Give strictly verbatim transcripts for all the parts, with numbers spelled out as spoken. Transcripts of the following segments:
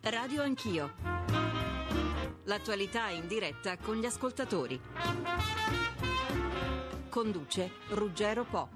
Radio Anch'io. L'attualità in diretta con gli ascoltatori. Conduce Ruggero Po.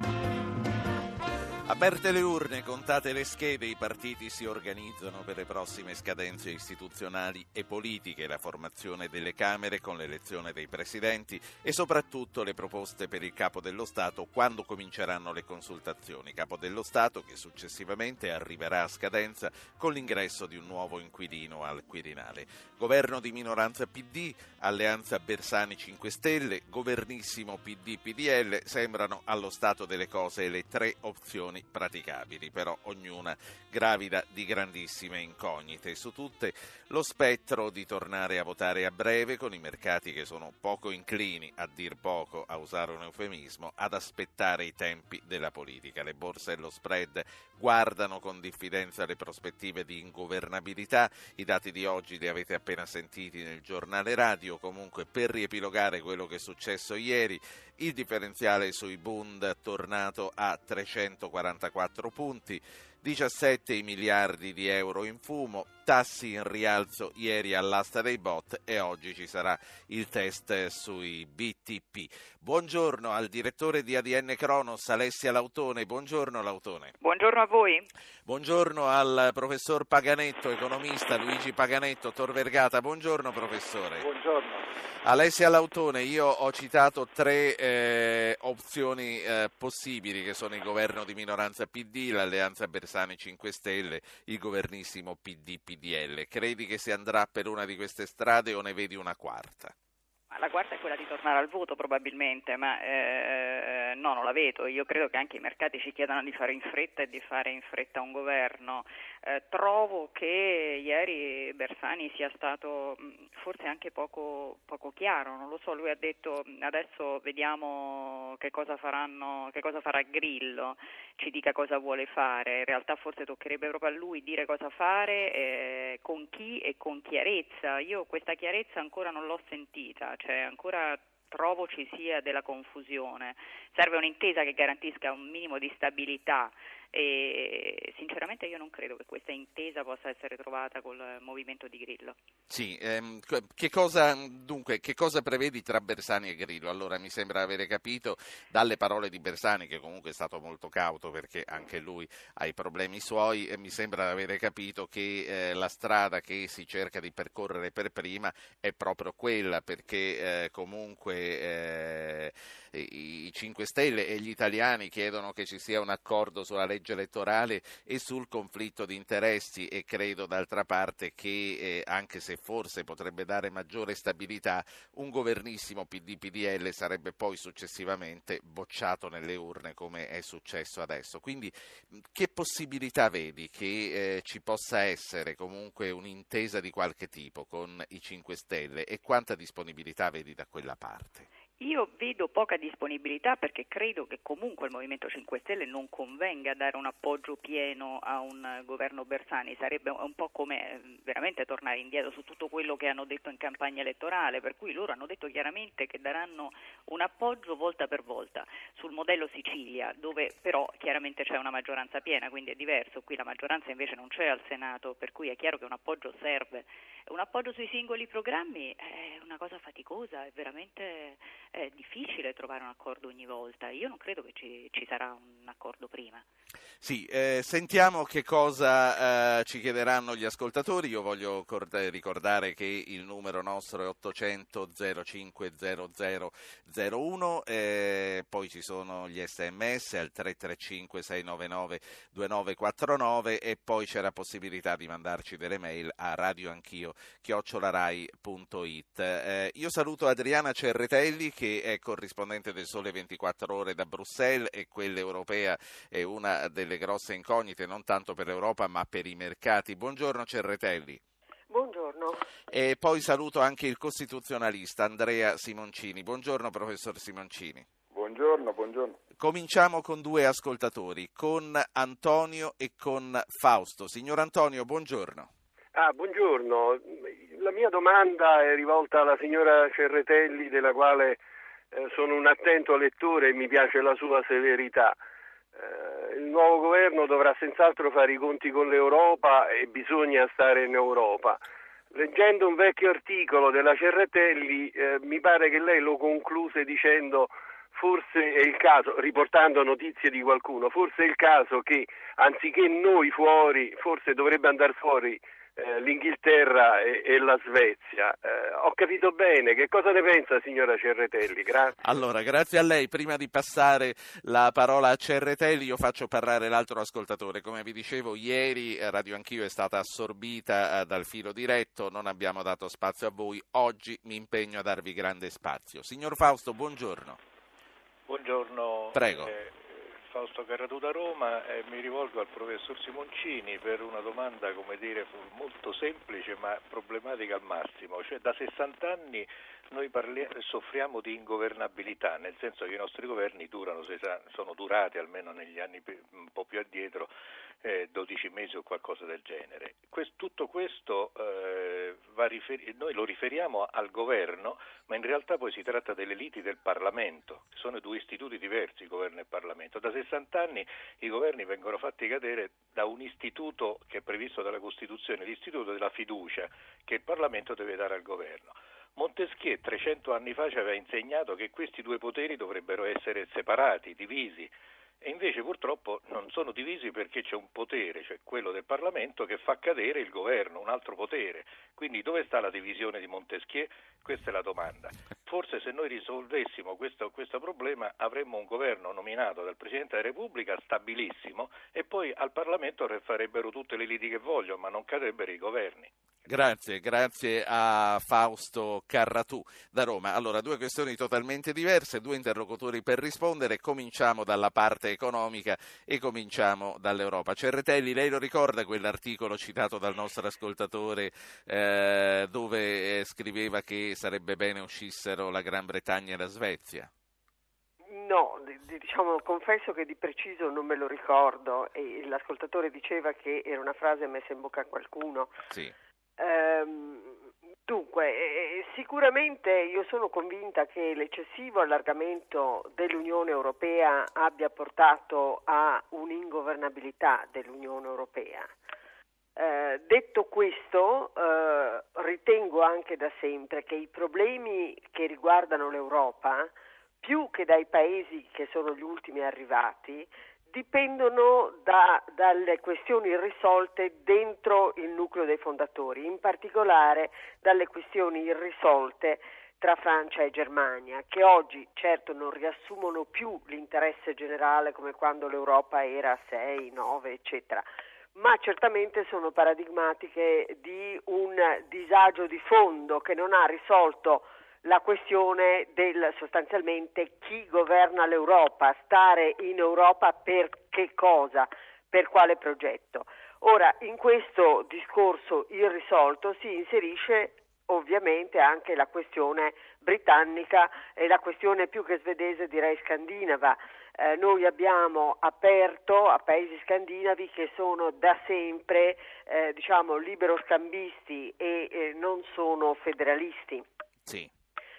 Aperte le urne, contate le schede, i partiti si organizzano per le prossime scadenze istituzionali e politiche, la formazione delle Camere con l'elezione dei presidenti e soprattutto le proposte per il Capo dello Stato quando cominceranno le consultazioni. Capo dello Stato che successivamente arriverà a scadenza con l'ingresso di un nuovo inquilino al Quirinale. Governo di minoranza P D, alleanza Bersani cinque Stelle, governissimo P D P D L, sembrano allo stato delle cose le tre opzioni praticabili, però ognuna gravida di grandissime incognite. Su tutte lo spettro di tornare a votare a breve, con i mercati che sono poco inclini, a dir poco, a usare un eufemismo, ad aspettare i tempi della politica. Le borse e lo spread guardano con diffidenza le prospettive di ingovernabilità. I dati di oggi li avete appena sentiti nel giornale radio. Comunque, per riepilogare quello che è successo ieri, il differenziale sui Bund tornato a trecentoquarantaquattro punti, diciassette i miliardi di euro in fumo, tassi in rialzo ieri all'asta dei bot e oggi ci sarà il test sui B T P. Buongiorno al direttore di A D N Cronos, Alessia Lautone. Buongiorno Lautone. Buongiorno a voi. Buongiorno al professor Paganetto, economista, Luigi Paganetto, Tor Vergata. Buongiorno professore. Buongiorno. Alessia Lautone, io ho citato tre eh, opzioni eh, possibili, che sono il governo di minoranza P D, l'alleanza Bersani cinque Stelle, il governissimo P D P D L. Credi che si andrà per una di queste strade o ne vedi una quarta? La quarta è quella di tornare al voto probabilmente, ma eh, no, non la vedo. Io credo che anche i mercati ci chiedano di fare in fretta e di fare in fretta un governo. Eh, trovo che ieri Bersani sia stato forse anche poco, poco chiaro, non lo so, lui ha detto adesso vediamo che cosa faranno, che cosa farà Grillo, ci dica cosa vuole fare. In realtà forse toccherebbe proprio a lui dire cosa fare, eh, con chi e con chiarezza. Io questa chiarezza ancora non l'ho sentita, cioè ancora trovo ci sia della confusione. Serve un'intesa che garantisca un minimo di stabilità e sinceramente io non credo che questa intesa possa essere trovata col movimento di Grillo. Sì, ehm, che cosa dunque che cosa prevedi tra Bersani e Grillo? Allora, mi sembra avere capito dalle parole di Bersani, che comunque è stato molto cauto perché anche lui ha i problemi suoi, e mi sembra avere capito che eh, la strada che si cerca di percorrere per prima è proprio quella, perché eh, comunque eh, i cinque Stelle e gli italiani chiedono che ci sia un accordo sulla legge elettorale e sul conflitto di interessi, e credo d'altra parte che eh, anche se forse potrebbe dare maggiore stabilità, un governissimo P D P D L sarebbe poi successivamente bocciato nelle urne come è successo adesso. Quindi che possibilità vedi che eh, ci possa essere comunque un'intesa di qualche tipo con i cinque Stelle e quanta disponibilità vedi da quella parte? Io vedo poca disponibilità perché credo che comunque il Movimento cinque Stelle non convenga dare un appoggio pieno a un governo Bersani, sarebbe un po' come veramente tornare indietro su tutto quello che hanno detto in campagna elettorale, per cui loro hanno detto chiaramente che daranno un appoggio volta per volta sul modello Sicilia, dove però chiaramente c'è una maggioranza piena, quindi è diverso, qui la maggioranza invece non c'è al Senato, per cui è chiaro che un appoggio serve. Un appoggio sui singoli programmi è una cosa faticosa, è veramente è difficile trovare un accordo ogni volta. Io non credo che ci, ci sarà un accordo prima. Sì, eh, sentiamo che cosa eh, ci chiederanno gli ascoltatori. Io voglio cord- ricordare che il numero nostro è ottocento zero cinque zero zero zero uno, eh, poi ci sono gli sms al tre tre cinque sei nove nove due nove quattro nove e poi c'è la possibilità di mandarci delle mail a radioanchio chiocciolarai punto it. Eh, io saluto Adriana Cerretelli, che è corrispondente del Sole ventiquattro Ore da Bruxelles, e quella europea è una delle grosse incognite, non tanto per l'Europa ma per i mercati. Buongiorno Cerretelli. Buongiorno. E poi saluto anche il costituzionalista Andrea Simoncini. Buongiorno professor Simoncini. Buongiorno, buongiorno. Cominciamo con due ascoltatori, con Antonio e con Fausto. Signor Antonio, buongiorno. Ah, buongiorno. La mia domanda è rivolta alla signora Cerretelli, della quale eh, sono un attento lettore e mi piace la sua severità. Eh, eh, il nuovo governo dovrà senz'altro fare i conti con l'Europa e bisogna stare in Europa. Leggendo un vecchio articolo della Cerretelli, eh, mi pare che lei lo concluse dicendo: forse è il caso, riportando notizie di qualcuno, forse è il caso che anziché noi fuori, forse dovrebbe andare fuori eh, l'Inghilterra e, e la Svezia. Eh, ho capito bene, che cosa ne pensa signora Cerretelli? Grazie. Allora, grazie a lei. Prima di passare la parola a Cerretelli, io faccio parlare l'altro ascoltatore. Come vi dicevo, ieri Radio Anch'io è stata assorbita eh, dal filo diretto, non abbiamo dato spazio a voi. Oggi mi impegno a darvi grande spazio. Signor Fausto, buongiorno. Buongiorno, Prego. Eh, Fausto Carratù da Roma, e mi rivolgo al professor Simoncini per una domanda, come dire, molto semplice ma problematica al massimo. Cioè, da sessanta anni noi parli- soffriamo di ingovernabilità, nel senso che i nostri governi durano, sono durati almeno negli anni un po' più addietro, eh, dodici mesi o qualcosa del genere. Quest- tutto questo eh, va riferi- noi lo riferiamo al governo, ma in realtà poi si tratta delle liti del Parlamento, sono due istituti diversi, governo e Parlamento. Da sessanta anni i governi vengono fatti cadere da un istituto che è previsto dalla Costituzione, l'istituto della fiducia che il Parlamento deve dare al governo. Montesquieu trecento anni fa ci aveva insegnato che questi due poteri dovrebbero essere separati, divisi, e invece purtroppo non sono divisi perché c'è un potere, cioè quello del Parlamento, che fa cadere il governo, un altro potere. Quindi dove sta la divisione di Montesquieu? Questa è la domanda. Forse se noi risolvessimo questo, questo problema avremmo un governo nominato dal Presidente della Repubblica stabilissimo e poi al Parlamento farebbero tutte le liti che vogliono, ma non cadrebbero i governi. Grazie, grazie a Fausto Carratù da Roma. Allora, due questioni totalmente diverse, due interlocutori per rispondere. Cominciamo dalla parte economica e cominciamo dall'Europa. Cerretelli, lei lo ricorda quell'articolo citato dal nostro ascoltatore eh, dove eh, scriveva che sarebbe bene uscissero la Gran Bretagna e la Svezia? No, diciamo, confesso che di preciso non me lo ricordo, e l'ascoltatore diceva che era una frase messa in bocca a qualcuno. Sì. Ehm, dunque, eh, sicuramente io sono convinta che l'eccessivo allargamento dell'Unione Europea abbia portato a un'ingovernabilità dell'Unione Europea. Eh, detto questo, eh, ritengo anche da sempre che i problemi che riguardano l'Europa, più che dai paesi che sono gli ultimi arrivati, dipendono da, dalle questioni irrisolte dentro il nucleo dei fondatori, in particolare dalle questioni irrisolte tra Francia e Germania, che oggi certo non riassumono più l'interesse generale come quando l'Europa era sei, nove, eccetera, ma certamente sono paradigmatiche di un disagio di fondo che non ha risolto la questione del sostanzialmente chi governa l'Europa, stare in Europa per che cosa, per quale progetto. Ora, in questo discorso irrisolto si inserisce ovviamente anche la questione britannica e la questione più che svedese, direi scandinava. Eh, noi abbiamo aperto a paesi scandinavi che sono da sempre eh, diciamo liberoscambisti e eh, non sono federalisti. Sì.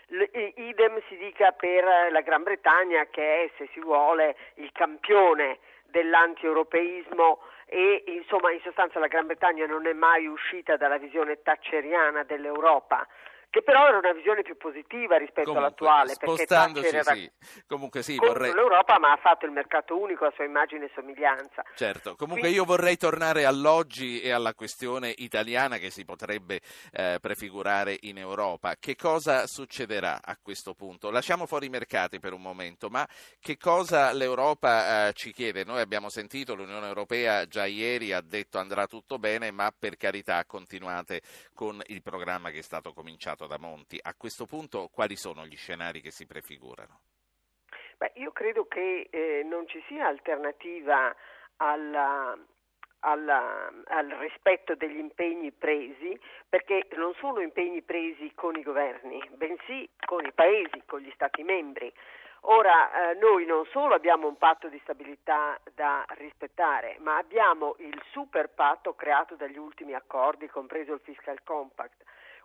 Idem si dica per la Gran Bretagna, che è, se si vuole, il campione dell'anti-europeismo, e insomma in sostanza la Gran Bretagna non è mai uscita dalla visione thatcheriana dell'Europa, che però era una visione più positiva rispetto Comunque, all'attuale, spostandoci, perché Thatcher era sì. Comunque sì, contro vorrei... l'Europa, ma ha fatto il mercato unico a sua immagine e somiglianza. Certo, comunque Quindi... io vorrei tornare all'oggi e alla questione italiana che si potrebbe eh, prefigurare in Europa. Che cosa succederà a questo punto? Lasciamo fuori i mercati per un momento, ma che cosa l'Europa eh, ci chiede? Noi abbiamo sentito l'Unione Europea già ieri ha detto andrà tutto bene, ma per carità continuate con il programma che è stato cominciato da Monti. A questo punto quali sono gli scenari che si prefigurano? Beh, io credo che eh, non ci sia alternativa alla, alla, al rispetto degli impegni presi, perché non sono impegni presi con i governi, bensì con i paesi, con gli Stati membri. Ora, eh, noi non solo abbiamo un patto di stabilità da rispettare, ma abbiamo il super patto creato dagli ultimi accordi, compreso il Fiscal Compact.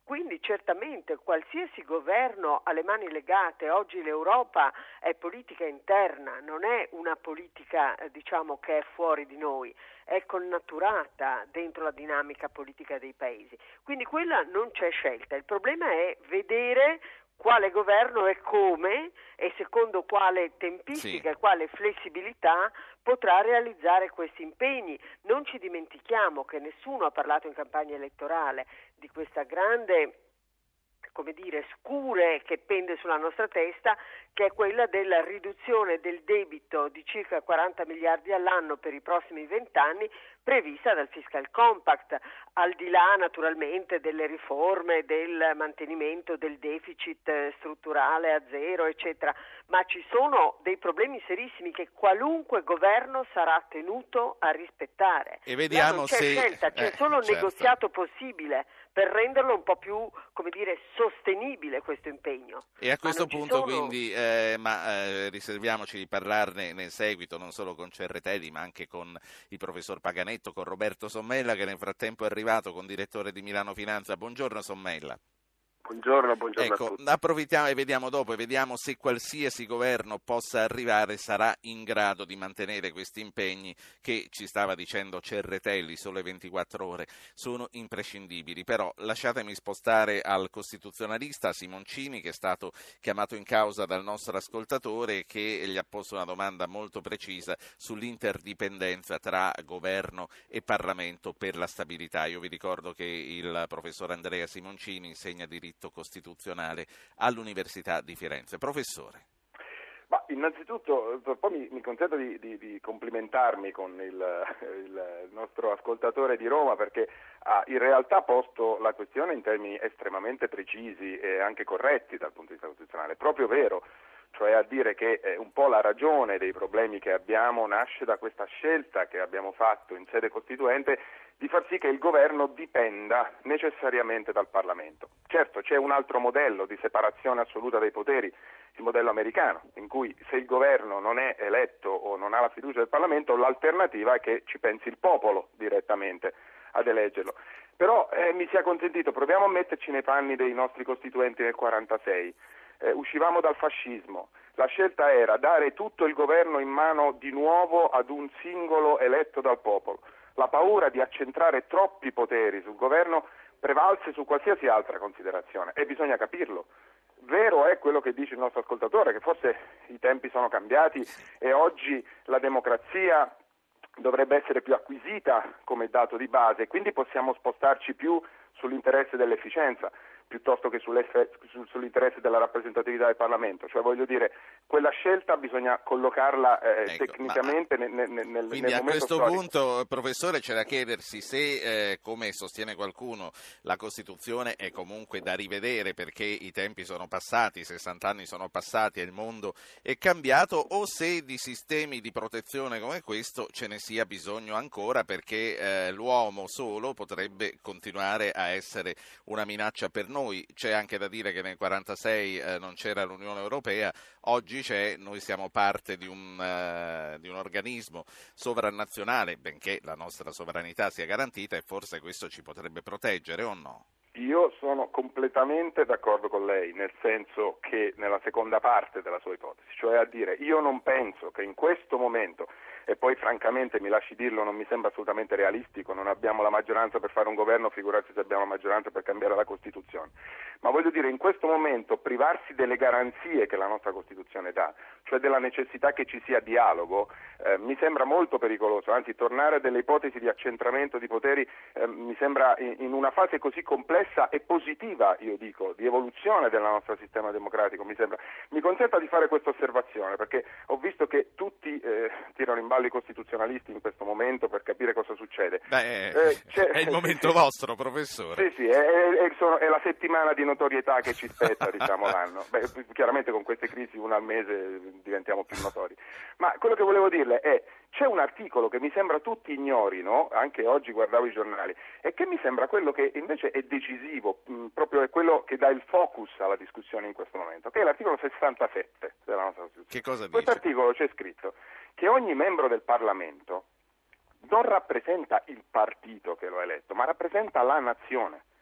Quindi certamente qualsiasi governo ha le mani legate. Oggi l'Europa è politica interna, non è una politica eh, diciamo che è fuori di noi, è connaturata dentro la dinamica politica dei paesi. Quindi quella non c'è scelta. Il problema è vedere quale governo e come e secondo quale tempistica sì. e quale flessibilità potrà realizzare questi impegni. Non ci dimentichiamo che nessuno ha parlato in campagna elettorale di questa grande, come dire, scure che pende sulla nostra testa, che è quella della riduzione del debito di circa quaranta miliardi all'anno per i prossimi vent'anni prevista dal Fiscal Compact, al di là naturalmente delle riforme, del mantenimento del deficit strutturale a zero, eccetera, ma ci sono dei problemi serissimi che qualunque governo sarà tenuto a rispettare. E vediamo Là non c'è se scelta, c'è eh, solo un certo. negoziato possibile per renderlo un po' più, come dire, sostenibile questo impegno. E a questo punto sono... quindi, eh, ma eh, riserviamoci di parlarne nel seguito, non solo con Cerretelli, ma anche con il professor Paganetto, con Roberto Sommella, che nel frattempo è arrivato, con direttore di Milano Finanza. Buongiorno Sommella. Buongiorno, buongiorno ecco, a tutti. Approfittiamo e vediamo dopo e vediamo se qualsiasi governo possa arrivare sarà in grado di mantenere questi impegni che, ci stava dicendo Cerretelli, Sole ventiquattro Ore, sono imprescindibili. Però lasciatemi spostare al costituzionalista Simoncini, che è stato chiamato in causa dal nostro ascoltatore, che gli ha posto una domanda molto precisa sull'interdipendenza tra governo e Parlamento per la stabilità. Io vi ricordo che il professor Andrea Simoncini insegna diritto costituzionale all'Università di Firenze. Professore. Ma innanzitutto poi mi, mi consento di, di, di complimentarmi con il, il nostro ascoltatore di Roma, perché ha in realtà posto la questione in termini estremamente precisi e anche corretti dal punto di vista costituzionale. È proprio vero, cioè a dire che eh, un po' la ragione dei problemi che abbiamo nasce da questa scelta che abbiamo fatto in sede costituente di far sì che il governo dipenda necessariamente dal Parlamento. Certo, c'è un altro modello di separazione assoluta dei poteri, il modello americano, in cui se il governo non è eletto o non ha la fiducia del Parlamento, l'alternativa è che ci pensi il popolo direttamente ad eleggerlo. Però eh, mi sia consentito, proviamo a metterci nei panni dei nostri costituenti nel quarantasei. Eh, uscivamo dal fascismo, la scelta era dare tutto il governo in mano di nuovo ad un singolo eletto dal popolo. La paura di accentrare troppi poteri sul governo prevalse su qualsiasi altra considerazione e bisogna capirlo. Vero è quello che dice il nostro ascoltatore, che forse i tempi sono cambiati e oggi la democrazia dovrebbe essere più acquisita come dato di base e quindi possiamo spostarci più sull'interesse dell'efficienza piuttosto che sull'interesse della rappresentatività del Parlamento. Cioè, voglio dire, quella scelta bisogna collocarla eh, ecco, tecnicamente nel, nel, nel, quindi nel a questo storico. punto, professore, c'è da chiedersi se, eh, come sostiene qualcuno, la Costituzione è comunque da rivedere perché i tempi sono passati, sessanta anni sono passati e il mondo è cambiato, o se di sistemi di protezione come questo ce ne sia bisogno ancora perché eh, l'uomo solo potrebbe continuare a essere una minaccia per noi. C'è anche da dire che nel quarantasei eh, non c'era l'Unione Europea, oggi c'è, noi siamo parte di un, uh, di un organismo sovranazionale, benché la nostra sovranità sia garantita, e forse questo ci potrebbe proteggere, o no? Io sono completamente d'accordo con lei, nel senso che nella seconda parte della sua ipotesi, cioè a dire, io non penso che in questo momento, e poi francamente mi lasci dirlo, non mi sembra assolutamente realistico, non abbiamo la maggioranza per fare un governo, figurarsi se abbiamo la maggioranza per cambiare la Costituzione, ma voglio dire, in questo momento privarsi delle garanzie che la nostra Costituzione dà, cioè della necessità che ci sia dialogo, eh, mi sembra molto pericoloso, anzi tornare a delle ipotesi di accentramento di poteri eh, mi sembra in, in una fase così complessa e positiva, io dico, di evoluzione del nostro sistema democratico, mi sembra. Mi consenta di fare questa osservazione, perché ho visto che tutti eh, tirano in ballo i costituzionalisti in questo momento per capire cosa succede. Beh, eh, è il momento vostro, professore. Sì, sì, è, è, sono, è la settimana di notorietà che ci spetta, diciamo, l'anno. Beh, chiaramente con queste crisi una al mese diventiamo più notori. Ma quello che volevo dirle è, c'è un articolo che mi sembra tutti ignorino, anche oggi guardavo i giornali, e che mi sembra quello che invece è decisivo, mh, proprio è quello che dà il focus alla discussione in questo momento, che è l'articolo sessantasette della nostra Costituzione. Che cosa dice? Questo articolo c'è scritto che ogni membro del Parlamento non rappresenta il partito che lo ha eletto, ma rappresenta la nazione.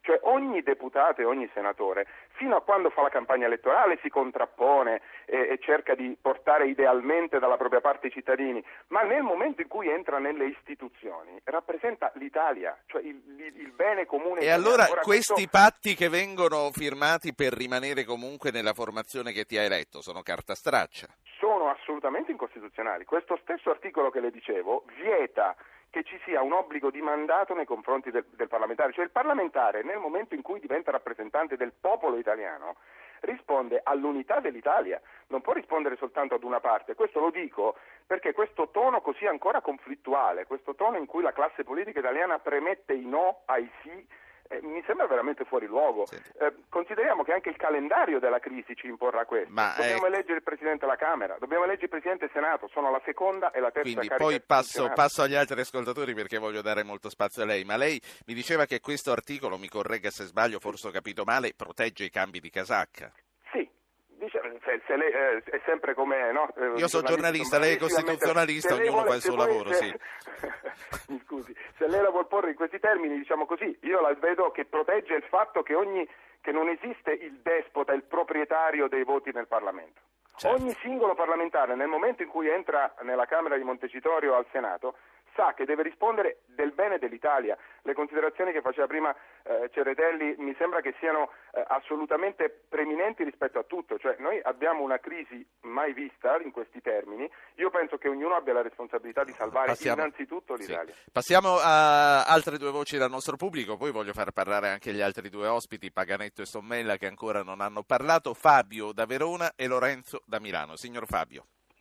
cioè ogni deputato e ogni senatore, fino a quando fa la campagna elettorale si contrappone e, e cerca di portare idealmente dalla propria parte i cittadini, ma nel momento in cui entra nelle istituzioni rappresenta l'Italia, cioè il, il, il bene comune e italiano. allora Ora, questi questo... patti che vengono firmati per rimanere comunque nella formazione che ti ha eletto sono carta straccia? Sono assolutamente incostituzionali. Questo stesso articolo che le dicevo vieta che ci sia un obbligo di mandato nei confronti del, del parlamentare, cioè il parlamentare nel momento in cui diventa rappresentante del popolo italiano risponde all'unità dell'Italia, non può rispondere soltanto ad una parte. Questo lo dico perché questo tono così ancora conflittuale, questo tono in cui la classe politica italiana premette i no ai sì, Eh, mi sembra veramente fuori luogo. Eh, consideriamo che anche il calendario della crisi ci imporrà questo. Ma dobbiamo è... eleggere il Presidente della Camera, dobbiamo eleggere il Presidente del Senato, sono la seconda e la terza Quindi carica poi passo, istituzionale. passo agli altri ascoltatori perché voglio dare molto spazio a lei, ma lei mi diceva che questo articolo, mi corregga se sbaglio, forse ho capito male, protegge i cambi di casacca. Sì. Se, se lei, eh, è sempre come no? Eh, Io sono giornalista, lei è costituzionalista, ognuno vuole, fa il suo vuole, lavoro, se, sì. Mi scusi, se lei la vuol porre in questi termini, diciamo così, io la vedo che protegge il fatto che ogni che non esiste il despota, il proprietario dei voti nel Parlamento. Certo. Ogni singolo parlamentare nel momento in cui entra nella Camera di Montecitorio o al Senato sa che deve rispondere del bene dell'Italia. Le considerazioni che faceva prima eh, Ceretelli mi sembra che siano eh, assolutamente preminenti rispetto a tutto, cioè noi abbiamo una crisi mai vista in questi termini, io penso che ognuno abbia la responsabilità di salvare Passiamo. innanzitutto l'Italia. Sì. Passiamo a altre due voci dal nostro pubblico, poi voglio far parlare anche gli altri due ospiti, Paganetto e Sommella, che ancora non hanno parlato, Fabio da Verona e Lorenzo da Milano. Signor Fabio.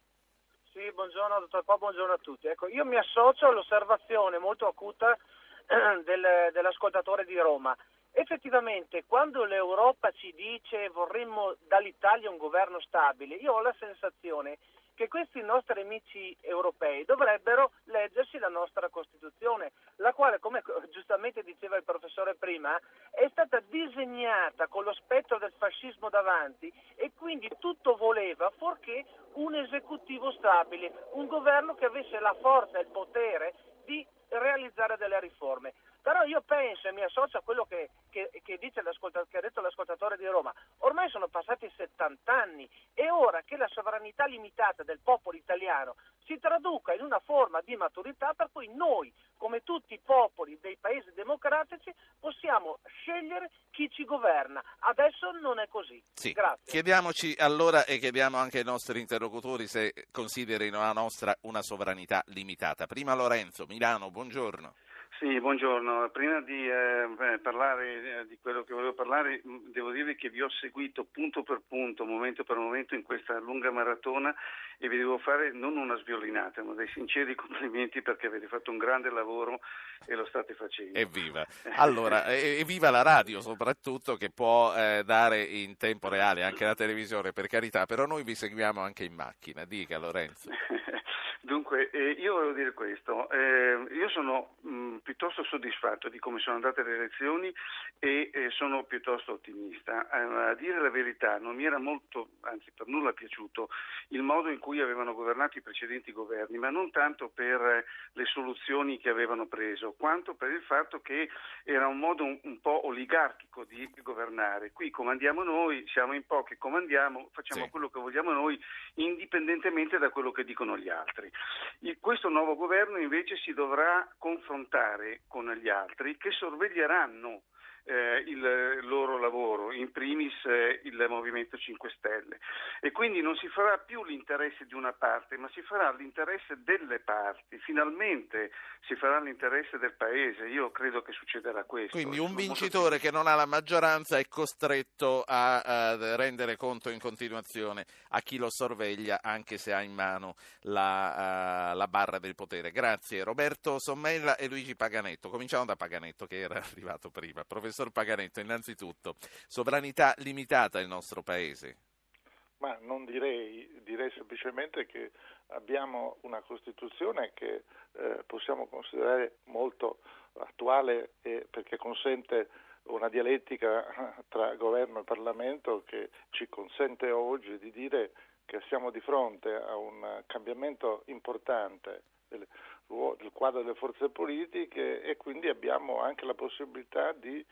Sì, buongiorno dottor Po, buongiorno a tutti. Ecco, io mi associo all'osservazione molto acuta eh, del, dell'ascoltatore di Roma. Effettivamente, quando l'Europa ci dice vorremmo dall'Italia un governo stabile, io ho la sensazione che questi nostri amici europei dovrebbero leggersi la nostra Costituzione, la quale, come giustamente diceva il professore prima, è stata disegnata con lo spettro del fascismo davanti e quindi tutto voleva fuorché un esecutivo stabile, un governo che avesse la forza e il potere di realizzare delle riforme. Però io penso e mi associo a quello che, che, che, dice che ha detto l'ascoltatore di Roma, ormai sono passati settanta anni, è ora che la sovranità limitata del popolo italiano si traduca in una forma di maturità per cui noi, come tutti i popoli dei paesi democratici, possiamo scegliere chi ci governa. Adesso non è così. Sì. Grazie. Chiediamoci allora e chiediamo anche ai nostri interlocutori se considerino la nostra una sovranità limitata. Prima Lorenzo, Milano, buongiorno. Sì, buongiorno. Prima di eh, parlare eh, di quello che volevo parlare, devo dirvi che vi ho seguito punto per punto, momento per momento in questa lunga maratona e vi devo fare non una sviolinata, ma dei sinceri complimenti perché avete fatto un grande lavoro e lo state facendo. Evviva! Allora, evviva la radio soprattutto che può eh, dare in tempo reale, anche la televisione per carità, però noi vi seguiamo anche in macchina. Dica Lorenzo. Dunque, eh, io volevo dire questo, eh, io sono mh, piuttosto soddisfatto di come sono andate le elezioni e eh, sono piuttosto ottimista. Eh, a dire la verità non mi era molto, anzi per nulla piaciuto, il modo in cui avevano governato i precedenti governi, ma non tanto per eh, le soluzioni che avevano preso, quanto per il fatto che era un modo un, un po' oligarchico di governare. Qui comandiamo noi, siamo in pochi, comandiamo, facciamo sì. quello che vogliamo noi, indipendentemente da quello che dicono gli altri. Il, questo nuovo governo invece si dovrà confrontare con gli altri che sorveglieranno eh, il loro lavoro, in primis eh, il Movimento cinque Stelle, e quindi non si farà più l'interesse di una parte, ma si farà l'interesse delle parti, finalmente si farà l'interesse del Paese. Io credo che succederà questo. Quindi un vincitore che non ha la maggioranza è costretto a, a rendere conto in continuazione a chi lo sorveglia, anche se ha in mano la, uh, la barra del potere. Grazie Roberto Sommella e Luigi Paganetto. Cominciamo da Paganetto che era arrivato prima. Professor Paganetto, innanzitutto, sovranità limitata il nostro Paese? Ma non direi, direi semplicemente che abbiamo una Costituzione che eh, possiamo considerare molto attuale e perché consente una dialettica tra governo e Parlamento che ci consente oggi di dire che siamo di fronte a un cambiamento importante del, del quadro delle forze politiche e quindi abbiamo anche la possibilità di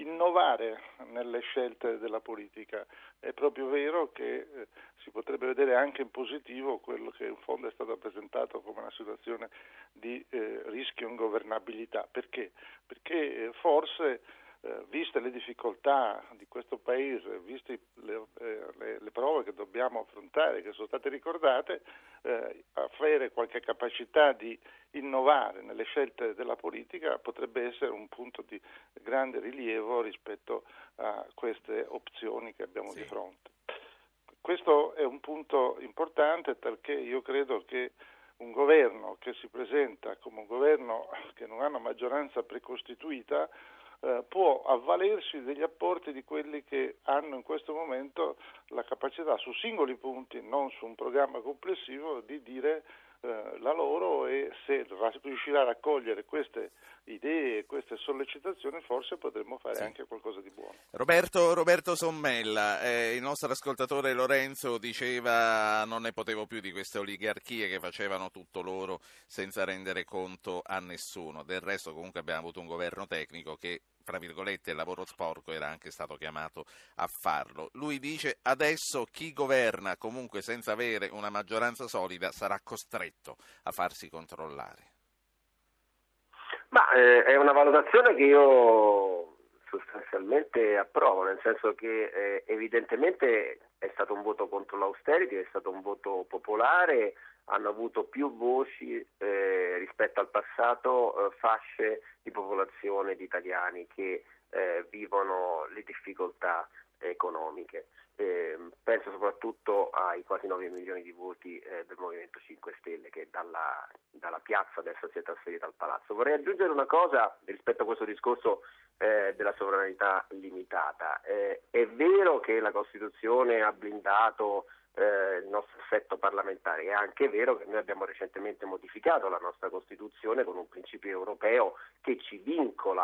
innovare nelle scelte della politica. È proprio vero che eh, si potrebbe vedere anche in positivo quello che in fondo è stato presentato come una situazione di eh, rischio ingovernabilità. Perché? Perché eh, forse Eh, viste le difficoltà di questo Paese, viste le, eh, le, le prove che dobbiamo affrontare, che sono state ricordate, eh, avere qualche capacità di innovare nelle scelte della politica potrebbe essere un punto di grande rilievo rispetto a queste opzioni che abbiamo sì. di fronte. Questo è un punto importante perché io credo che un governo che si presenta come un governo che non ha una maggioranza precostituita Eh, può avvalersi degli apporti di quelli che hanno in questo momento la capacità su singoli punti, non su un programma complessivo, di dire eh, la loro, e se riuscirà a raccogliere queste idee, queste sollecitazioni, forse potremmo fare sì. anche qualcosa di buono. Roberto, Roberto Sommella, eh, il nostro ascoltatore Lorenzo diceva non ne potevo più di queste oligarchie che facevano tutto loro senza rendere conto a nessuno. Del resto comunque abbiamo avuto un governo tecnico che, tra virgolette, il lavoro sporco era anche stato chiamato a farlo. Lui dice adesso chi governa comunque senza avere una maggioranza solida sarà costretto a farsi controllare. Ma eh, è una valutazione che io sostanzialmente approvo, nel senso che eh, evidentemente è stato un voto contro l'austerity, è stato un voto popolare, hanno avuto più voci eh, rispetto al passato eh, fasce di popolazione di italiani che eh, vivono le difficoltà economiche. Eh, penso soprattutto ai quasi nove milioni di voti eh, del Movimento cinque Stelle che dalla, dalla piazza adesso si è trasferita al palazzo. Vorrei aggiungere una cosa rispetto a questo discorso eh, della sovranità limitata. Eh, è vero che la Costituzione ha blindato Eh, il nostro assetto parlamentare, è anche vero che noi abbiamo recentemente modificato la nostra Costituzione con un principio europeo che ci vincola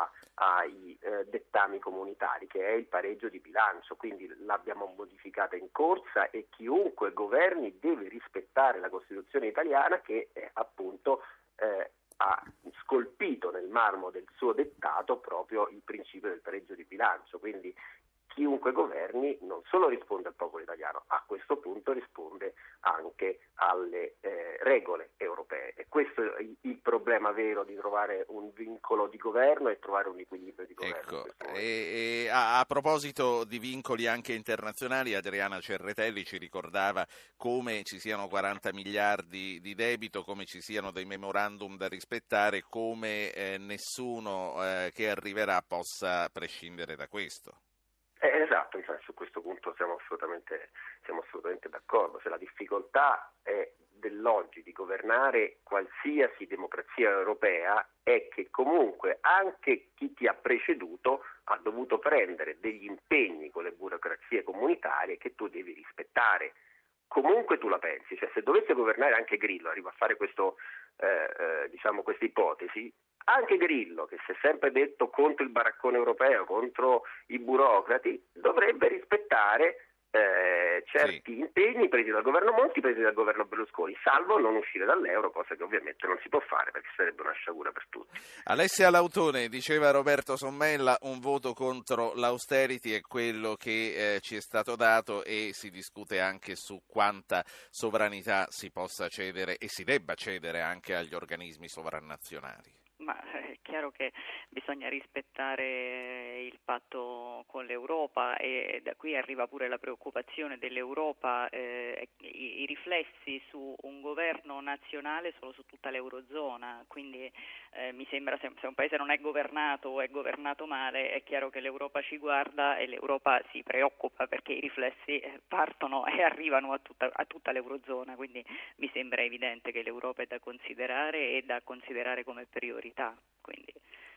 ai eh, dettami comunitari, che è il pareggio di bilancio, quindi l'abbiamo modificata in corsa e chiunque governi deve rispettare la Costituzione italiana che eh, appunto eh, ha scolpito nel marmo del suo dettato proprio il principio del pareggio di bilancio, quindi chiunque governi non solo risponde al popolo italiano, a questo punto risponde anche alle eh, regole europee. E questo è il, il problema vero di trovare un vincolo di governo e trovare un equilibrio di governo. Ecco, e, e a, a proposito di vincoli anche internazionali, Adriana Cerretelli ci ricordava come ci siano quaranta miliardi di debito, come ci siano dei memorandum da rispettare, come eh, nessuno eh, che arriverà possa prescindere da questo. Eh, esatto, cioè, su questo punto siamo assolutamente, siamo assolutamente d'accordo. Se la difficoltà è dell'oggi di governare qualsiasi democrazia europea è che comunque anche chi ti ha preceduto ha dovuto prendere degli impegni con le burocrazie comunitarie che tu devi rispettare. Comunque tu la pensi, cioè se dovesse governare anche Grillo, arrivo a fare questo, eh, eh, diciamo questa ipotesi, anche Grillo, che si è sempre detto contro il baraccone europeo, contro i burocrati, dovrebbe rispettare eh, certi sì. impegni presi dal governo Monti, presi dal governo Berlusconi, salvo non uscire dall'euro, cosa che ovviamente non si può fare perché sarebbe una sciagura per tutti. Alessia Lautone, diceva Roberto Sommella, un voto contro l'austerity è quello che eh, ci è stato dato e si discute anche su quanta sovranità si possa cedere e si debba cedere anche agli organismi sovranazionali. Ma è chiaro che bisogna rispettare il patto con l'Europa e da qui arriva pure la preoccupazione dell'Europa, eh, i, i riflessi su un governo nazionale solo su tutta l'Eurozona, quindi eh, mi sembra se, se un paese non è governato o è governato male è chiaro che l'Europa ci guarda e l'Europa si preoccupa perché i riflessi partono e arrivano a tutta, a tutta l'Eurozona, quindi mi sembra evidente che l'Europa è da considerare e da considerare come priorità. Quindi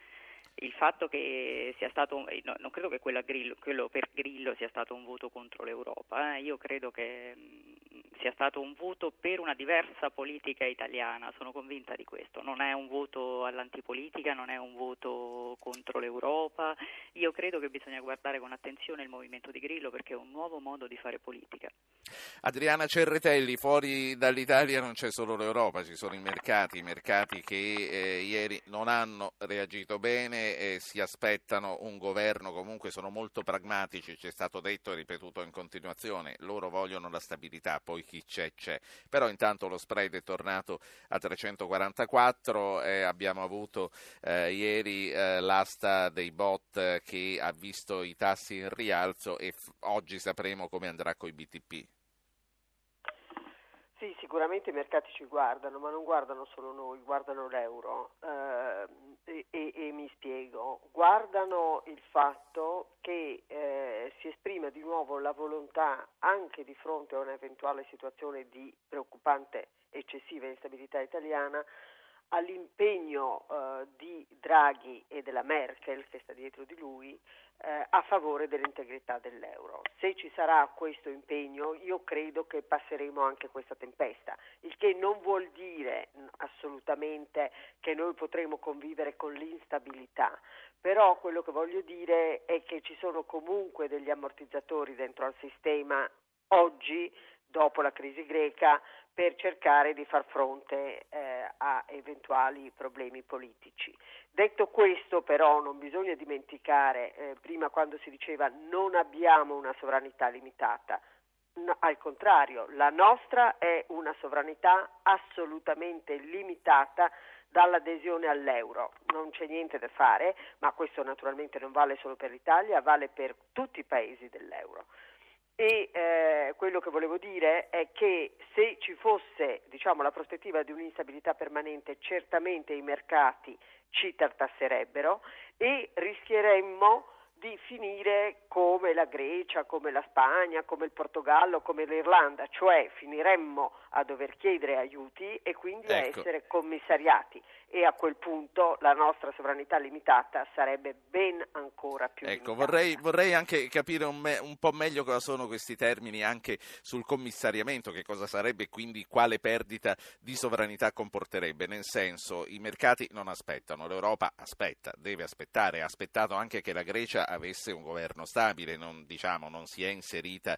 il fatto che sia stato, no, non credo che quello, a Grillo, quello per Grillo sia stato un voto contro l'Europa, eh. Io credo che mh, sia stato un voto per una diversa politica italiana, sono convinta di questo, non è un voto all'antipolitica, non è un voto contro l'Europa, io credo che bisogna guardare con attenzione il movimento di Grillo perché è un nuovo modo di fare politica. Adriana Cerretelli, fuori dall'Italia non c'è solo l'Europa, ci sono i mercati, i mercati che eh, ieri non hanno reagito bene e si aspettano un governo, comunque sono molto pragmatici, ci è stato detto e ripetuto in continuazione, loro vogliono la stabilità, poi chi c'è c'è, però intanto lo spread è tornato a trecentoquarantaquattro e abbiamo avuto eh, ieri eh, l'asta dei bot che ha visto i tassi in rialzo e f- oggi sapremo come andrà con i B T P. Sì, sicuramente i mercati ci guardano, ma non guardano solo noi, guardano l'euro eh, e, e, e mi spiego, guardano il fatto che eh, si esprime di nuovo la volontà anche di fronte a un'eventuale situazione di preoccupante eccessiva instabilità italiana all'impegno eh, di Draghi e della Merkel che sta dietro di lui eh, a favore dell'integrità dell'euro. Se ci sarà questo impegno io credo che passeremo anche questa tempesta, il che non vuol dire assolutamente che noi potremo convivere con l'instabilità, però quello che voglio dire è che ci sono comunque degli ammortizzatori dentro al sistema oggi dopo la crisi greca per cercare di far fronte eh, a eventuali problemi politici. Detto questo però non bisogna dimenticare, eh, prima quando si diceva non abbiamo una sovranità limitata, no, al contrario, la nostra è una sovranità assolutamente limitata dall'adesione all'euro. Non c'è niente da fare, ma questo naturalmente non vale solo per l'Italia, vale per tutti i paesi dell'euro. E eh, quello che volevo dire è che se ci fosse, diciamo, la prospettiva di un'instabilità permanente, certamente i mercati ci tartasserebbero e rischieremmo di finire come la Grecia, come la Spagna, come il Portogallo, come l'Irlanda, cioè finiremmo a dover chiedere aiuti e quindi ecco. a essere commissariati e a quel punto la nostra sovranità limitata sarebbe ben ancora più ecco, limitata. Vorrei, vorrei anche capire un, me, un po' meglio cosa sono questi termini anche sul commissariamento, che cosa sarebbe e quindi quale perdita di sovranità comporterebbe, nel senso i mercati non aspettano, l'Europa aspetta, deve aspettare, ha aspettato anche che la Grecia avesse un governo stabile, non, diciamo, non si è inserita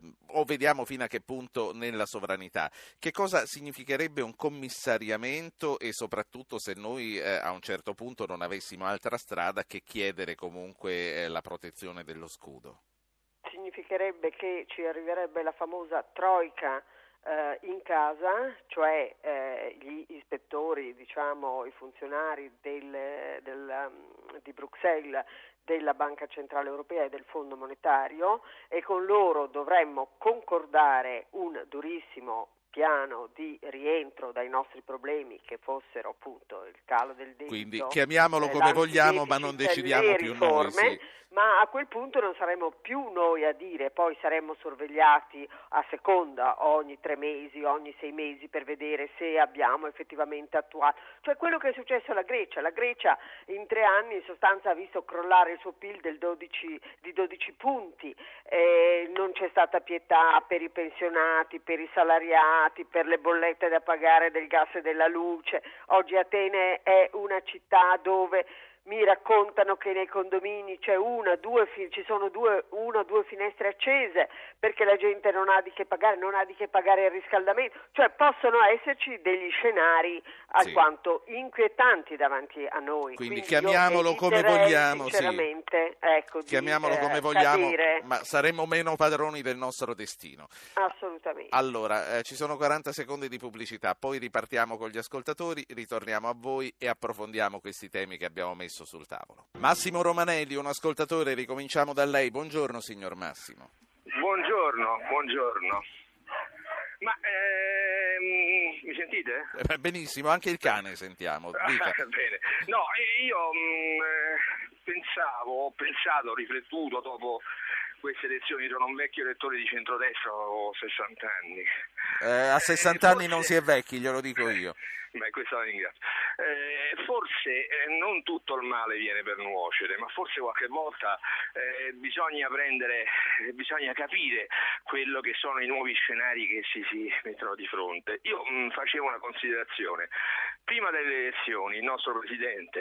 o vediamo fino a che punto nella sovranità. Che cosa significherebbe un commissariamento e soprattutto se noi eh, a un certo punto non avessimo altra strada che chiedere comunque eh, la protezione dello scudo? Significherebbe che ci arriverebbe la famosa troika eh, in casa, cioè eh, gli ispettori, diciamo i funzionari del, del, um, di Bruxelles, della Banca Centrale Europea e del Fondo Monetario, e con loro dovremmo concordare un durissimo piano di rientro dai nostri problemi, che fossero appunto il calo del debito. Quindi chiamiamolo come vogliamo, ma non decidiamo più noi. Sì. Ma a quel punto non saremo più noi a dire, poi saremmo sorvegliati a seconda ogni tre mesi, ogni sei mesi per vedere se abbiamo effettivamente attuato. Cioè quello che è successo alla Grecia. La Grecia in tre anni in sostanza ha visto crollare il suo P I L del dodici, di dodici punti, eh, non c'è stata pietà per i pensionati, per i salariati, per le bollette da pagare del gas e della luce. Oggi Atene è una città dove mi raccontano che nei condomini c'è una, due, ci sono due, una o due finestre accese perché la gente non ha di che pagare, non ha di che pagare il riscaldamento, cioè possono esserci degli scenari alquanto sì. inquietanti davanti a noi. Quindi, Quindi chiamiamolo come vogliamo, sinceramente, sì. ecco, chiamiamolo di, come eh, vogliamo, cadere. Ma saremo meno padroni del nostro destino. Assolutamente. Allora, eh, ci sono quaranta secondi di pubblicità, poi ripartiamo con gli ascoltatori, ritorniamo a voi e approfondiamo questi temi che abbiamo messo sul tavolo. Massimo Romanelli, un ascoltatore, ricominciamo da lei. Buongiorno signor Massimo. Buongiorno, buongiorno. Ma ehm, mi sentite? Eh, benissimo, anche il cane sentiamo. Dica. Bene. No, io mh, pensavo, ho pensato, ho riflettuto dopo queste elezioni, sono un vecchio elettore di centrodestra, ho sessanta anni. Eh, a sessanta eh, anni non si è vecchi, glielo dico io. Beh, questa la ringrazio. Eh, forse eh, non tutto il male viene per nuocere, ma forse qualche volta eh, bisogna prendere, eh, bisogna capire quello che sono i nuovi scenari che si, si mettono di fronte. Io mh, facevo una considerazione. Prima delle elezioni il nostro Presidente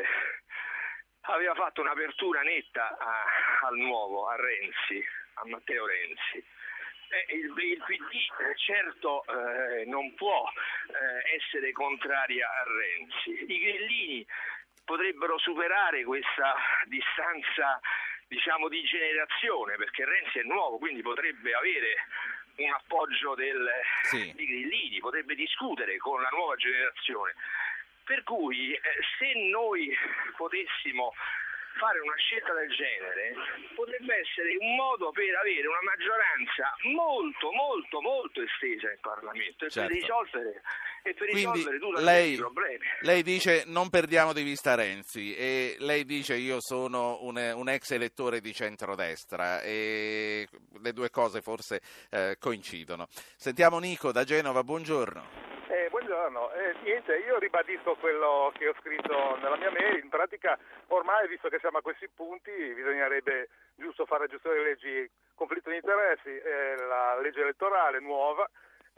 aveva fatto un'apertura netta a, al nuovo, a Renzi, a Matteo Renzi. Eh, il, il P D eh, certo eh, non può eh, essere contraria a Renzi. I grillini potrebbero superare questa distanza, diciamo, di generazione, perché Renzi è nuovo, quindi potrebbe avere un appoggio del, sì. di grillini, potrebbe discutere con la nuova generazione. Per cui eh, se noi potessimo fare una scelta del genere potrebbe essere un modo per avere una maggioranza molto molto molto estesa in Parlamento e certo. per risolvere e per Quindi risolvere tutti lei, i problemi. Lei dice non perdiamo di vista Renzi e lei dice io sono un, un ex elettore di centrodestra e le due cose forse eh, coincidono. Sentiamo Nico da Genova, buongiorno. Eh, buongiorno, eh, niente, io ribadisco quello che ho scritto nella mia mail. In pratica ormai, visto che siamo a questi punti, bisognerebbe giusto fare gestione delle leggi conflitto di interessi, eh, la legge elettorale nuova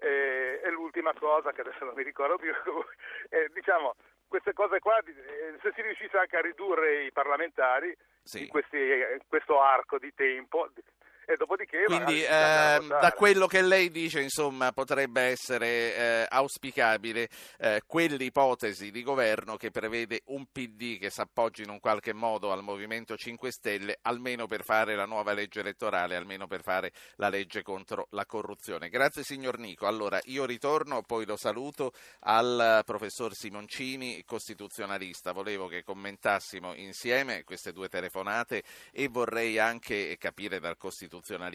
eh, e l'ultima cosa che adesso non mi ricordo più, eh, diciamo queste cose qua, eh, se si riuscisse anche a ridurre i parlamentari sì. in questi, eh, questo arco di tempo. E dopodiché quindi eh, da quello che lei dice insomma potrebbe essere eh, auspicabile eh, quell'ipotesi di governo che prevede un P D che si appoggi in un qualche modo al Movimento cinque Stelle almeno per fare la nuova legge elettorale, almeno per fare la legge contro la corruzione. Grazie signor Nico. Allora io ritorno, poi lo saluto al professor Simoncini, costituzionalista. Volevo che commentassimo insieme queste due telefonate e vorrei anche capire dal costituzionalista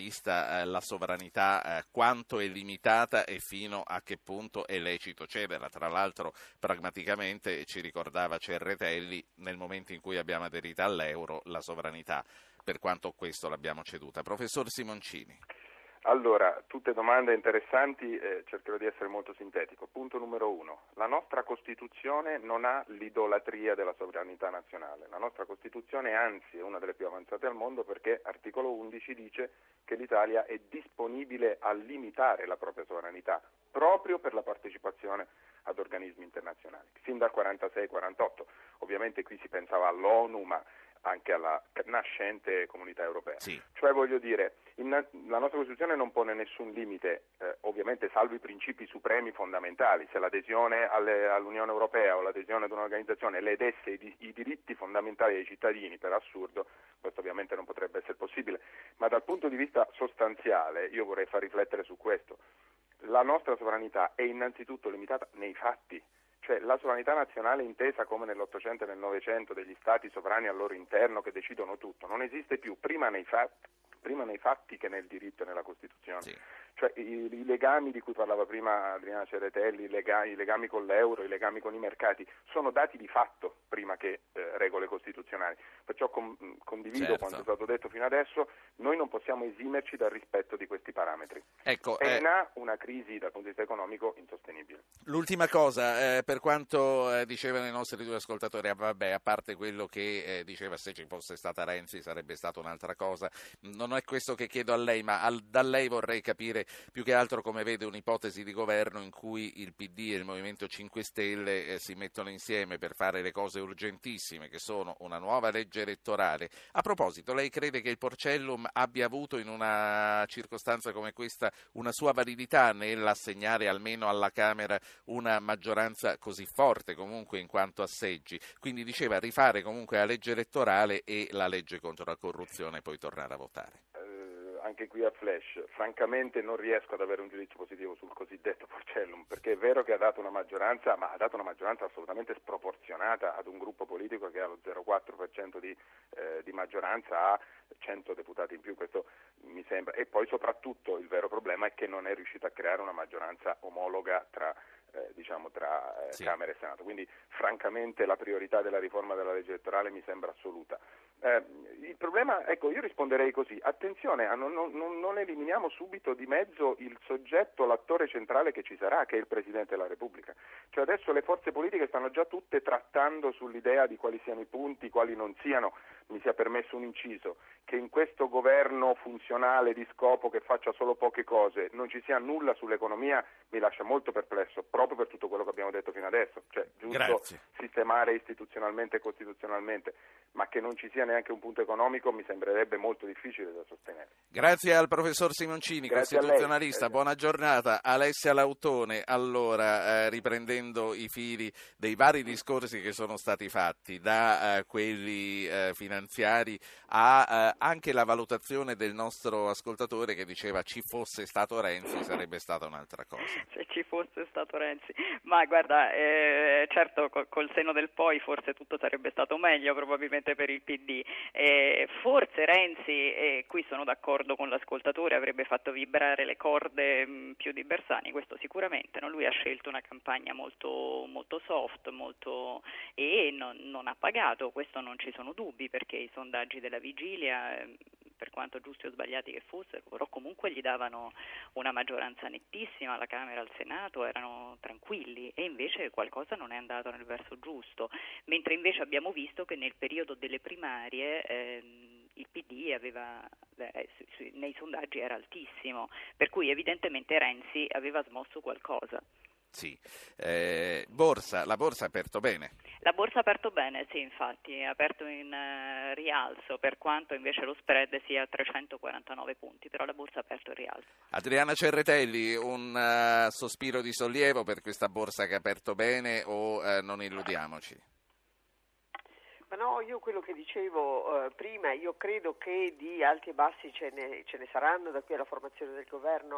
eh, la sovranità eh, quanto è limitata e fino a che punto è lecito cederla. Tra l'altro pragmaticamente ci ricordava Cerretelli, nel momento in cui abbiamo aderito all'euro la sovranità per quanto questo l'abbiamo ceduta. Professor Simoncini. Allora, tutte domande interessanti, eh, cercherò di essere molto sintetico. Punto numero uno, la nostra Costituzione non ha l'idolatria della sovranità nazionale. La nostra Costituzione, anzi, è una delle più avanzate al mondo perché articolo undici dice che l'Italia è disponibile a limitare la propria sovranità proprio per la partecipazione ad organismi internazionali. Sin dal quarantasei quarantotto, ovviamente qui si pensava all'ONU, ma anche alla nascente comunità europea. Sì. Cioè voglio dire, in, la nostra Costituzione non pone nessun limite, eh, ovviamente salvo i principi supremi fondamentali. Se l'adesione alle, all'Unione Europea o l'adesione ad un'organizzazione ledesse i, i diritti fondamentali dei cittadini, per assurdo, questo ovviamente non potrebbe essere possibile, ma dal punto di vista sostanziale io vorrei far riflettere su questo. La nostra sovranità è innanzitutto limitata nei fatti. Cioè la sovranità nazionale intesa come nell'Ottocento e nel Novecento degli stati sovrani al loro interno che decidono tutto, non esiste più prima nei fatti, prima nei fatti che nel diritto e nella Costituzione. Sì. Cioè i, i legami di cui parlava prima Adriana Ceretelli, i legami, i legami con l'euro, i legami con i mercati, sono dati di fatto prima che eh, regole costituzionali. Perciò con, condivido certo. quanto è stato detto fino adesso, noi non possiamo esimerci dal rispetto di questi parametri. Ecco, Pena eh... una crisi dal punto di vista economico insostenibile. L'ultima cosa, eh, per quanto eh, dicevano i nostri due ascoltatori, ah, vabbè, a parte quello che eh, diceva se ci fosse stata Renzi sarebbe stata un'altra cosa, non è questo che chiedo a lei, ma al, da lei vorrei capire più che altro come vede un'ipotesi di governo in cui il P D e il Movimento cinque Stelle eh, si mettono insieme per fare le cose urgentissime che sono una nuova legge elettorale. A proposito, lei crede che il Porcellum abbia avuto in una circostanza come questa una sua validità nell'assegnare almeno alla Camera una maggioranza così forte comunque in quanto a seggi? Quindi diceva rifare comunque la legge elettorale e la legge contro la corruzione e poi tornare a votare. Anche qui a Flash, francamente non riesco ad avere un giudizio positivo sul cosiddetto Porcellum, perché è vero che ha dato una maggioranza, ma ha dato una maggioranza assolutamente sproporzionata ad un gruppo politico che ha lo zero virgola quattro per cento di, eh, di maggioranza, ha cento deputati in più, questo mi sembra. E poi soprattutto il vero problema è che non è riuscito a creare una maggioranza omologa tra Eh, diciamo tra eh, sì. Camera e Senato, quindi francamente la priorità della riforma della legge elettorale mi sembra assoluta. Eh, il problema, ecco, io risponderei così: attenzione, a non, non, non eliminiamo subito di mezzo il soggetto, l'attore centrale che ci sarà, che è il Presidente della Repubblica. Cioè adesso le forze politiche stanno già tutte trattando sull'idea di quali siano i punti, quali non siano. Mi sia permesso un inciso: che in questo governo funzionale di scopo che faccia solo poche cose non ci sia nulla sull'economia mi lascia molto perplesso, proprio per tutto quello che abbiamo detto fino adesso. Cioè giusto Grazie. sistemare istituzionalmente e costituzionalmente, ma che non ci sia neanche un punto economico mi sembrerebbe molto difficile da sostenere. Grazie al professor Simoncini, Grazie costituzionalista, a lei. buona giornata. Alessia Lautone, allora, eh, riprendendo i fili dei vari discorsi che sono stati fatti, da eh, quelli eh, finanziari a eh, anche la valutazione del nostro ascoltatore che diceva ci fosse stato Renzi sarebbe stata un'altra cosa. Se ci fosse stato Renzi, ma guarda, eh, certo col, col seno del poi forse tutto sarebbe stato meglio probabilmente per il P D, eh, forse Renzi, e qui sono d'accordo con l'ascoltatore, avrebbe fatto vibrare le corde mh, più di Bersani, questo sicuramente, no? Lui ha scelto una campagna molto, molto soft, molto, e non, non ha pagato, questo non ci sono dubbi, perché i sondaggi della vigilia, eh, per quanto giusti o sbagliati che fossero, però comunque gli davano una maggioranza nettissima alla Camera, al Senato, erano tranquilli, e invece qualcosa non è andato nel verso giusto, mentre invece abbiamo visto che nel periodo delle primarie ehm, il P D aveva, eh, su, su, nei sondaggi era altissimo, per cui evidentemente Renzi aveva smosso qualcosa. Sì, eh, borsa, la borsa ha aperto bene. La borsa ha aperto bene, sì, infatti, è aperto in uh, rialzo, per quanto invece lo spread sia a trecentoquarantanove punti, però la borsa ha aperto in rialzo. Adriana Cerretelli, un uh, sospiro di sollievo per questa borsa che ha aperto bene o uh, non illudiamoci? Ma no, io quello che dicevo eh, prima, io credo che di alti e bassi ce ne, ce ne saranno da qui alla formazione del governo,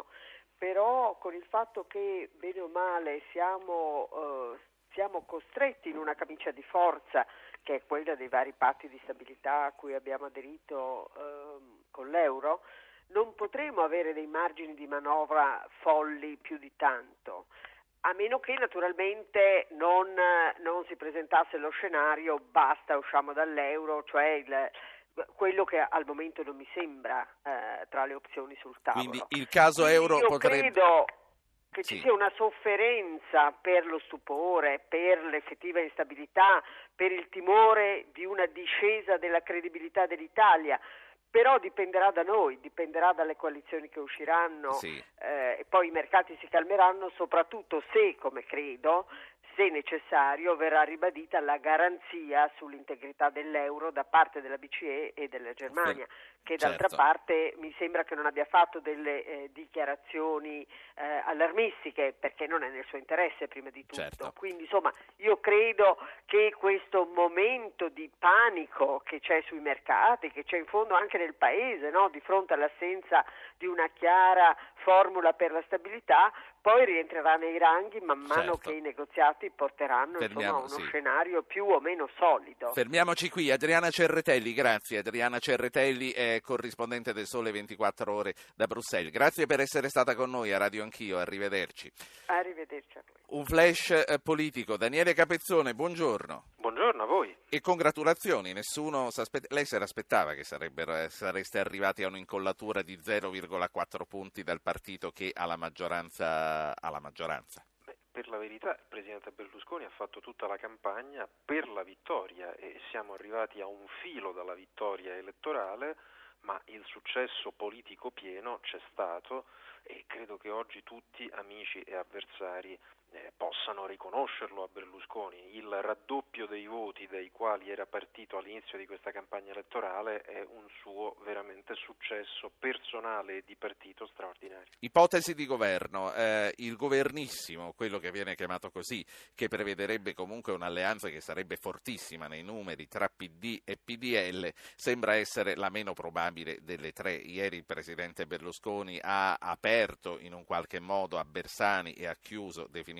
però con il fatto che bene o male siamo, eh, siamo costretti in una camicia di forza, che è quella dei vari patti di stabilità a cui abbiamo aderito eh, con l'euro, non potremo avere dei margini di manovra folli più di tanto. A meno che naturalmente non, non si presentasse lo scenario basta, usciamo dall'euro, cioè il, quello che al momento non mi sembra eh, tra le opzioni sul tavolo. Quindi il caso Quindi euro io potrebbe... credo che sì. ci sia una sofferenza per lo stupore, per l'effettiva instabilità, per il timore di una discesa della credibilità dell'Italia. Però dipenderà da noi, dipenderà dalle coalizioni che usciranno, sì. eh, e poi i mercati si calmeranno, soprattutto se, come credo, se necessario, verrà ribadita la garanzia sull'integrità dell'euro da parte della B C E e della Germania, che d'altra certo. parte mi sembra che non abbia fatto delle eh, dichiarazioni eh, allarmistiche, perché non è nel suo interesse prima di tutto. Certo. Quindi insomma io credo che questo momento di panico che c'è sui mercati, che c'è in fondo anche nel Paese, no? Di fronte all'assenza di una chiara formula per la stabilità, poi rientrerà nei ranghi man mano certo. che i negoziati porteranno Fermiamo, insomma, uno sì. scenario più o meno solido. Fermiamoci qui. Adriana Cerretelli, grazie. Adriana Cerretelli è corrispondente del Sole ventiquattro Ore da Bruxelles. Grazie per essere stata con noi a Radio Anch'io, arrivederci. Arrivederci a voi. Un flash eh, politico. Daniele Capezzone, buongiorno. Buongiorno a voi. E congratulazioni, nessuno s'aspetta... lei se l'aspettava che sarebbero, eh, sareste arrivati a un'incollatura di zero virgola quattro punti dal partito che ha la maggioranza, ha la maggioranza. Beh, per la verità il Presidente Berlusconi ha fatto tutta la campagna per la vittoria e siamo arrivati a un filo dalla vittoria elettorale, ma il successo politico pieno c'è stato e credo che oggi tutti, amici e avversari, eh, possano riconoscerlo a Berlusconi. Il raddoppio dei voti dai quali era partito all'inizio di questa campagna elettorale è un suo veramente successo personale e di partito straordinario. Ipotesi di governo, eh, il governissimo, quello che viene chiamato così, che prevederebbe comunque un'alleanza che sarebbe fortissima nei numeri tra P D e P D L, sembra essere la meno probabile delle tre. Ieri il Presidente Berlusconi ha aperto in un qualche modo a Bersani e ha chiuso definitivamente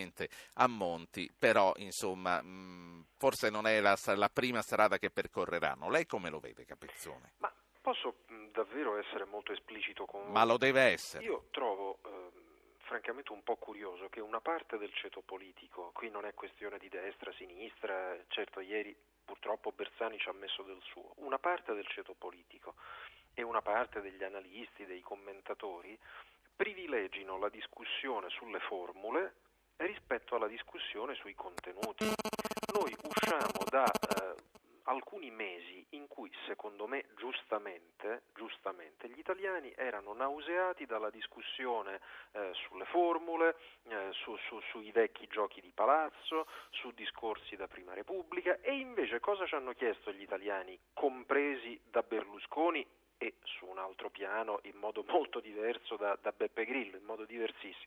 a Monti, però insomma mh, forse non è la, la prima strada che percorreranno. Lei come lo vede, Capezzone? Ma posso mh, davvero essere molto esplicito con voi? Ma lo deve essere. Io trovo eh, francamente un po' curioso che una parte del ceto politico, qui non è questione di destra, sinistra, certo ieri purtroppo Bersani ci ha messo del suo, una parte del ceto politico e una parte degli analisti, dei commentatori, privilegino la discussione sulle formule rispetto alla discussione sui contenuti. Noi usciamo da eh, alcuni mesi in cui, secondo me, giustamente, giustamente, gli italiani erano nauseati dalla discussione eh, sulle formule, eh, su, su, sui vecchi giochi di palazzo, su discorsi da Prima Repubblica, e invece cosa ci hanno chiesto gli italiani, compresi da Berlusconi e su un altro piano, in modo molto diverso da, da Beppe Grillo, in modo diversissimo?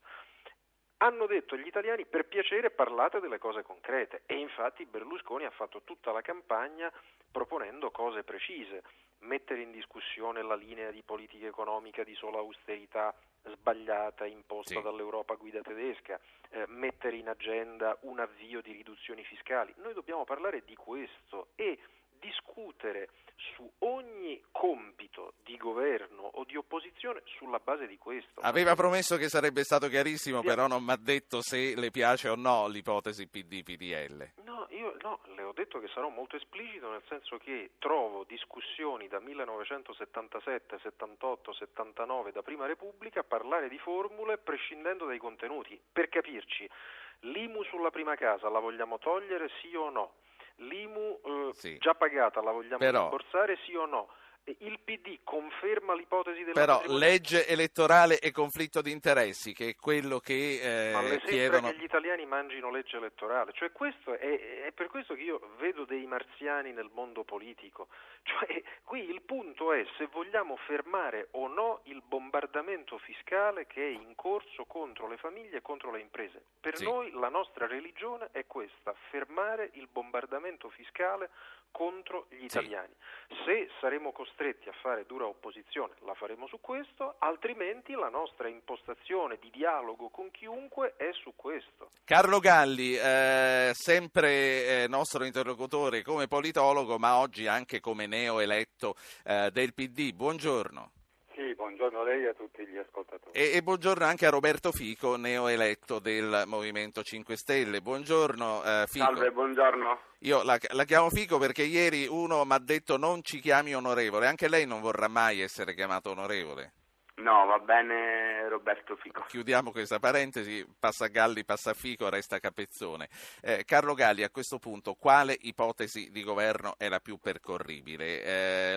Hanno detto gli italiani: per piacere parlate delle cose concrete, e infatti Berlusconi ha fatto tutta la campagna proponendo cose precise, mettere in discussione la linea di politica economica di sola austerità sbagliata imposta sì. dall'Europa a guida tedesca, eh, mettere in agenda un avvio di riduzioni fiscali. Noi dobbiamo parlare di questo e discutere su ogni compito di governo o di opposizione sulla base di questo. Aveva promesso che sarebbe stato chiarissimo, sì. però non mi ha detto se le piace o no l'ipotesi P D P D L. No, io no, le ho detto che sarò molto esplicito, nel senso che trovo discussioni da millenovecentosettantasette, settantotto, settantanove, da Prima Repubblica, parlare di formule prescindendo dai contenuti. Per capirci, l'I M U sulla prima casa la vogliamo togliere, sì o no? L'I M U eh, sì. già pagata la vogliamo Però... rimborsare, sì o no? Il P D conferma l'ipotesi della Però matrimonio... legge elettorale e conflitto di interessi, che è quello che eh, Ma le chiedono... sembra che gli italiani mangino legge elettorale? Cioè questo è, è per questo che io vedo dei marziani nel mondo politico. Cioè qui il punto è se vogliamo fermare o no il bombardamento fiscale che è in corso contro le famiglie e contro le imprese. Per sì. noi la nostra religione è questa: fermare il bombardamento fiscale contro gli italiani. Sì. Se saremo costretti a fare dura opposizione, la faremo su questo, altrimenti la nostra impostazione di dialogo con chiunque è su questo. Carlo Galli, eh, sempre eh, nostro interlocutore come politologo, ma oggi anche come neoeletto eh, del P D. Buongiorno. Sì, buongiorno a lei e a tutti gli ascoltatori. E, e buongiorno anche a Roberto Fico, neoeletto del Movimento cinque Stelle. Buongiorno eh, Fico. Salve, buongiorno. Io la, la chiamo Fico perché ieri uno mi ha detto non ci chiami onorevole. Anche lei non vorrà mai essere chiamato onorevole? No, va bene Roberto Fico. Chiudiamo questa parentesi, passa Galli, passa Fico, resta Capezzone. Eh, Carlo Galli, a questo punto quale ipotesi di governo è la più percorribile? Eh,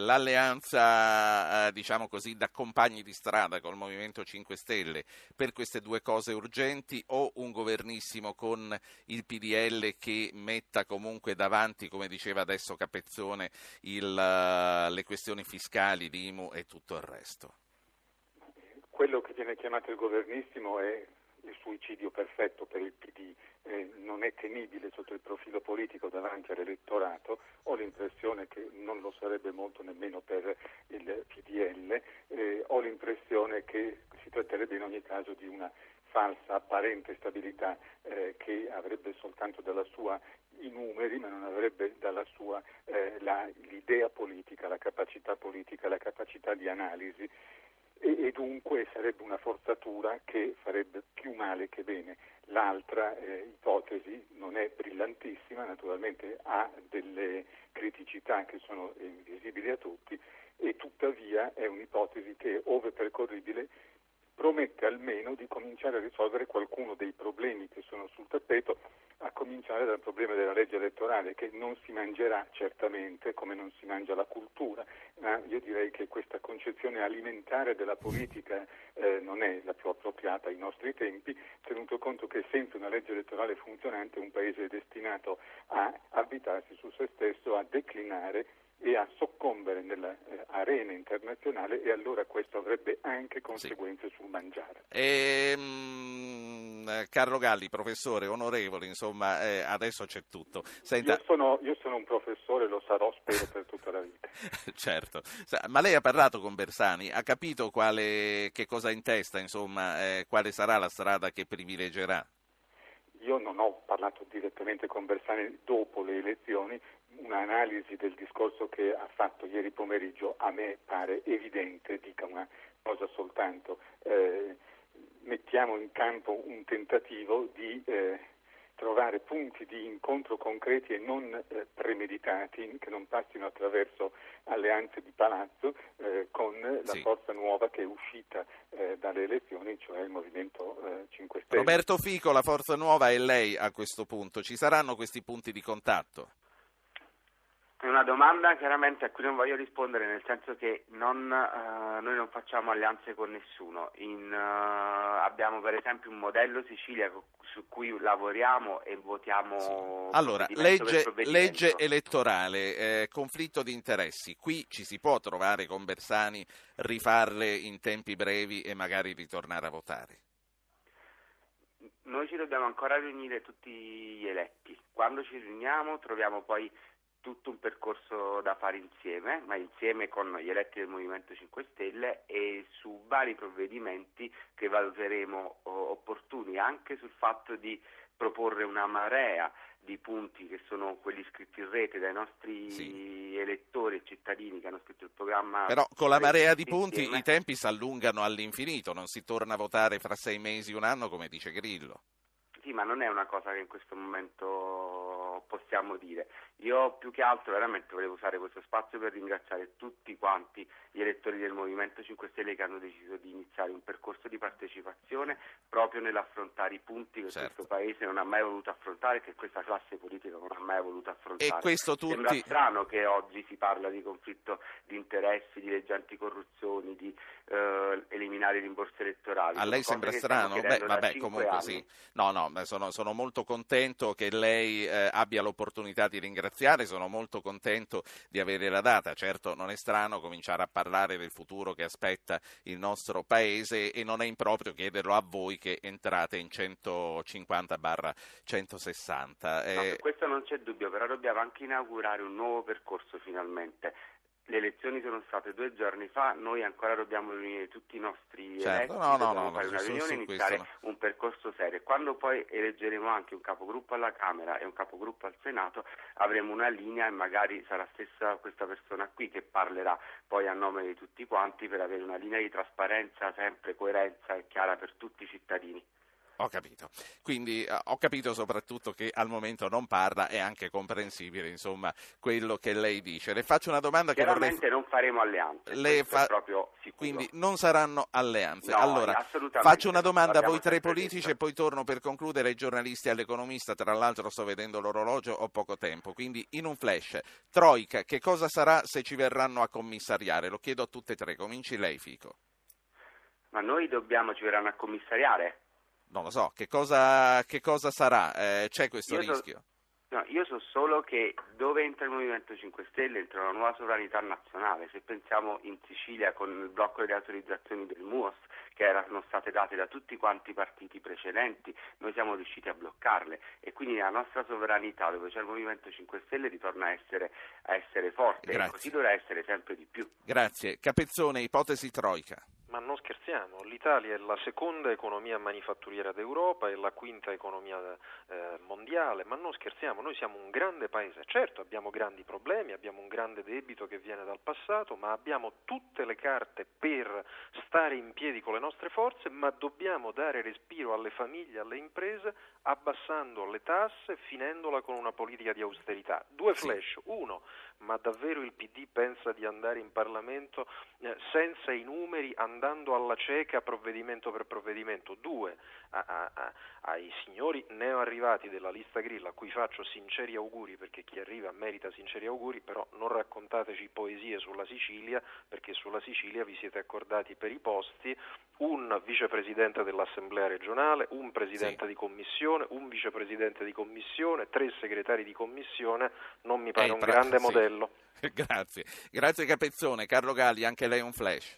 l'alleanza, eh, diciamo così, da compagni di strada col Movimento cinque Stelle per queste due cose urgenti, o un governissimo con il P D L che metta comunque davanti, come diceva adesso Capezzone, il, uh, le questioni fiscali, l'I M U e tutto il resto? Quello che viene chiamato il governissimo è il suicidio perfetto per il P D, eh, non è tenibile sotto il profilo politico davanti all'elettorato. Ho l'impressione che non lo sarebbe molto nemmeno per il P D L, eh, ho l'impressione che si tratterebbe in ogni caso di una falsa apparente stabilità eh, che avrebbe soltanto dalla sua i numeri, ma non avrebbe dalla sua eh, la, l'idea politica, la capacità politica, la capacità di analisi. E, e dunque sarebbe una forzatura che farebbe più male che bene. L'altra eh, ipotesi non è brillantissima, naturalmente ha delle criticità che sono eh, visibili a tutti, e tuttavia è un'ipotesi che, ove percorribile, promette almeno di cominciare a risolvere qualcuno dei problemi che sono sul tappeto, a cominciare dal problema della legge elettorale, che non si mangerà certamente come non si mangia la cultura, ma io direi che questa concezione alimentare della politica eh, non è la più appropriata ai nostri tempi, tenuto conto che senza una legge elettorale funzionante un paese è destinato a avvitarsi su se stesso, a declinare e a soccombere nell'arena internazionale, e allora questo avrebbe anche conseguenze sì. sul mangiare. E, mh, Carlo Galli, professore, onorevole, insomma, eh, adesso c'è tutto. Senta... Io, sono, io sono un professore, lo sarò spero per tutta la vita. Certo, ma lei ha parlato con Bersani, ha capito quale, che cosa ha in testa, insomma, eh, quale sarà la strada che privilegerà? Io non ho parlato direttamente con Bersani dopo le elezioni. Un'analisi del discorso che ha fatto ieri pomeriggio a me pare evidente, dica una cosa soltanto, eh, mettiamo in campo un tentativo di eh, trovare punti di incontro concreti e non eh, premeditati, che non passino attraverso alleanze di palazzo eh, con la sì. forza nuova che è uscita eh, dalle elezioni, cioè il Movimento eh, cinque Stelle. Roberto Fico, la forza nuova è lei a questo punto. Ci saranno questi punti di contatto? È una domanda chiaramente a cui non voglio rispondere, nel senso che non, eh, noi non facciamo alleanze con nessuno. In, uh, abbiamo per esempio un modello Sicilia su cui lavoriamo e votiamo. Sì. Allora, legge, per legge elettorale, eh, conflitto di interessi. Qui ci si può trovare con Bersani, rifarle in tempi brevi e magari ritornare a votare? Noi ci dobbiamo ancora riunire tutti gli eletti. Quando ci riuniamo troviamo poi tutto un percorso da fare insieme, ma insieme con gli eletti del Movimento cinque Stelle e su vari provvedimenti che valuteremo opportuni, anche sul fatto di proporre una marea di punti che sono quelli scritti in rete dai nostri sì. elettori e cittadini che hanno scritto il programma. Però con la marea di punti insieme. I tempi si allungano all'infinito, non si torna a votare fra sei mesi, un anno, come dice Grillo. Sì, ma non è una cosa che in questo momento possiamo dire. Io più che altro veramente volevo usare questo spazio per ringraziare tutti quanti gli elettori del Movimento cinque Stelle che hanno deciso di iniziare un percorso di partecipazione proprio nell'affrontare i punti che certo. questo Paese non ha mai voluto affrontare, che questa classe politica non ha mai voluto affrontare. E questo tutti... Sembra strano che oggi si parla di conflitto di interessi, di legge anticorruzione, di eh, eliminare i rimborsi elettorali. A lei sembra strano? Beh, vabbè, comunque anni. sì. No, no, sono, sono molto contento che lei eh, abbia l'opportunità di ringraziare, sono molto contento di avere la data. Certo, non è strano cominciare a parlare del futuro che aspetta il nostro Paese e non è improprio chiederlo a voi che entrate in centocinquanta centosessanta. No, eh... questo non c'è dubbio, però dobbiamo anche inaugurare un nuovo percorso finalmente. Le elezioni sono state due giorni fa, noi ancora dobbiamo riunire tutti i nostri certo, eletti, no, no, dobbiamo no, fare no, una su, riunione e su iniziare no. un percorso serio. E quando poi eleggeremo anche un capogruppo alla Camera e un capogruppo al Senato, avremo una linea e magari sarà stessa questa persona qui che parlerà poi a nome di tutti quanti per avere una linea di trasparenza sempre coerenza e chiara per tutti i cittadini. Ho capito, quindi uh, ho capito soprattutto che al momento non parla, è anche comprensibile insomma quello che lei dice. Le faccio una domanda che vorrei... Chiaramente non faremo alleanze, le fa... è proprio sicuro. Quindi non saranno alleanze. No, allora, faccio una domanda a voi tre politici detto. E poi torno per concludere ai giornalisti e all'economista, tra l'altro sto vedendo l'orologio, ho poco tempo, quindi in un flash. Troika, che cosa sarà se ci verranno a commissariare? Lo chiedo a tutte e tre, cominci lei Fico. Ma noi dobbiamo, ci verranno a commissariare? Non lo so, che cosa, che cosa sarà? Eh, c'è questo io rischio? So, no, io so solo che dove entra il Movimento cinque Stelle entra una nuova sovranità nazionale. Se pensiamo in Sicilia con il blocco delle autorizzazioni del M U O S che erano state date da tutti quanti i partiti precedenti, noi siamo riusciti a bloccarle e quindi la nostra sovranità dove c'è il Movimento cinque Stelle ritorna a essere, a essere forte. Grazie. E così dovrà essere sempre di più. Grazie. Capezzone, ipotesi Troika. Ma non scherziamo, l'Italia è la seconda economia manifatturiera d'Europa, è la quinta economia eh, mondiale, ma non scherziamo, noi siamo un grande paese, certo abbiamo grandi problemi, abbiamo un grande debito che viene dal passato, ma abbiamo tutte le carte per stare in piedi con le nostre forze, ma dobbiamo dare respiro alle famiglie, alle imprese, abbassando le tasse, finendola con una politica di austerità. Due flash, uno, ma davvero il P D pensa di andare in Parlamento eh, senza i numeri, andando alla cieca provvedimento per provvedimento? Due, a, a, a, ai signori neoarrivati della lista Grillo, a cui faccio sinceri auguri, perché chi arriva merita sinceri auguri, però non raccontateci poesie sulla Sicilia, perché sulla Sicilia vi siete accordati per i posti un vicepresidente dell'Assemblea regionale, un presidente sì. di commissione, un vicepresidente di commissione, tre segretari di commissione, non mi pare eh, un pra- grande sì. modello. Grazie, grazie Capezzone. Carlo Galli, anche lei un flash.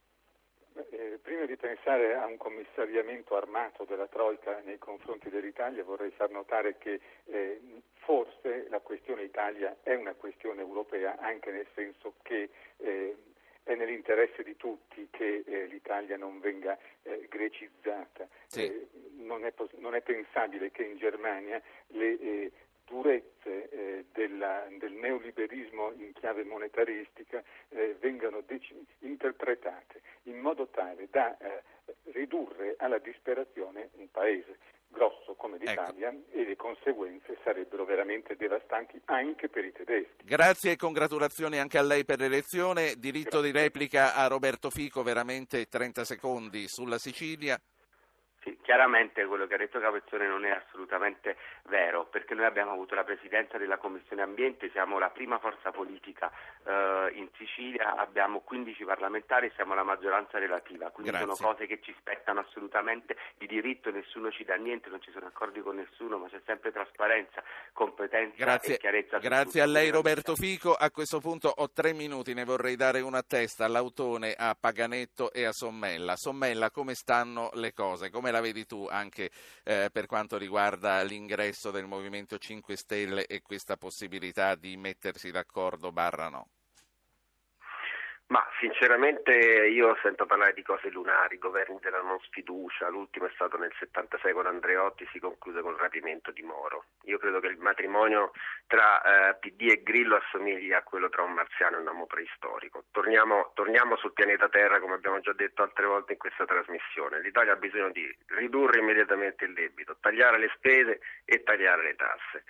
Eh, prima di pensare a un commissariamento armato della Troika nei confronti dell'Italia vorrei far notare che eh, forse la questione Italia è una questione europea, anche nel senso che eh, è nell'interesse di tutti che eh, l'Italia non venga eh, grecizzata. Sì. Eh, non, è pos- non è pensabile che in Germania le eh, durezze eh, della, del neoliberismo in chiave monetaristica eh, vengano dec- interpretate in modo tale da eh, ridurre alla disperazione un paese grosso come l'Italia, ecco. E le conseguenze sarebbero veramente devastanti anche per i tedeschi. Grazie e congratulazioni anche a lei per l'elezione. Diritto Grazie. Di replica a Roberto Fico, veramente trenta secondi sulla Sicilia. Sì, chiaramente quello che ha detto Capezzone non è assolutamente vero, perché noi abbiamo avuto la presidenza della Commissione Ambiente, siamo la prima forza politica eh, in Sicilia, abbiamo quindici parlamentari e siamo la maggioranza relativa, quindi Grazie. Sono cose che ci spettano assolutamente di diritto, nessuno ci dà niente, non ci sono accordi con nessuno, ma c'è sempre trasparenza, competenza Grazie. e chiarezza. Grazie a lei Roberto Fico. A questo punto ho tre minuti, ne vorrei dare una a testa all'Autone, a Paganetto e a Sommella. Sommella, come stanno le cose? Come la vedi tu anche eh, per quanto riguarda l'ingresso del Movimento cinque Stelle e questa possibilità di mettersi d'accordo barra no? Ma sinceramente io sento parlare di cose lunari, governi della non sfiducia, l'ultimo è stato nel settantasei con Andreotti, si conclude col rapimento di Moro. Io credo che il matrimonio tra eh, P D e Grillo assomigli a quello tra un marziano e un uomo preistorico. Torniamo, torniamo sul pianeta Terra, come abbiamo già detto altre volte in questa trasmissione. L'Italia ha bisogno di ridurre immediatamente il debito, tagliare le spese e tagliare le tasse.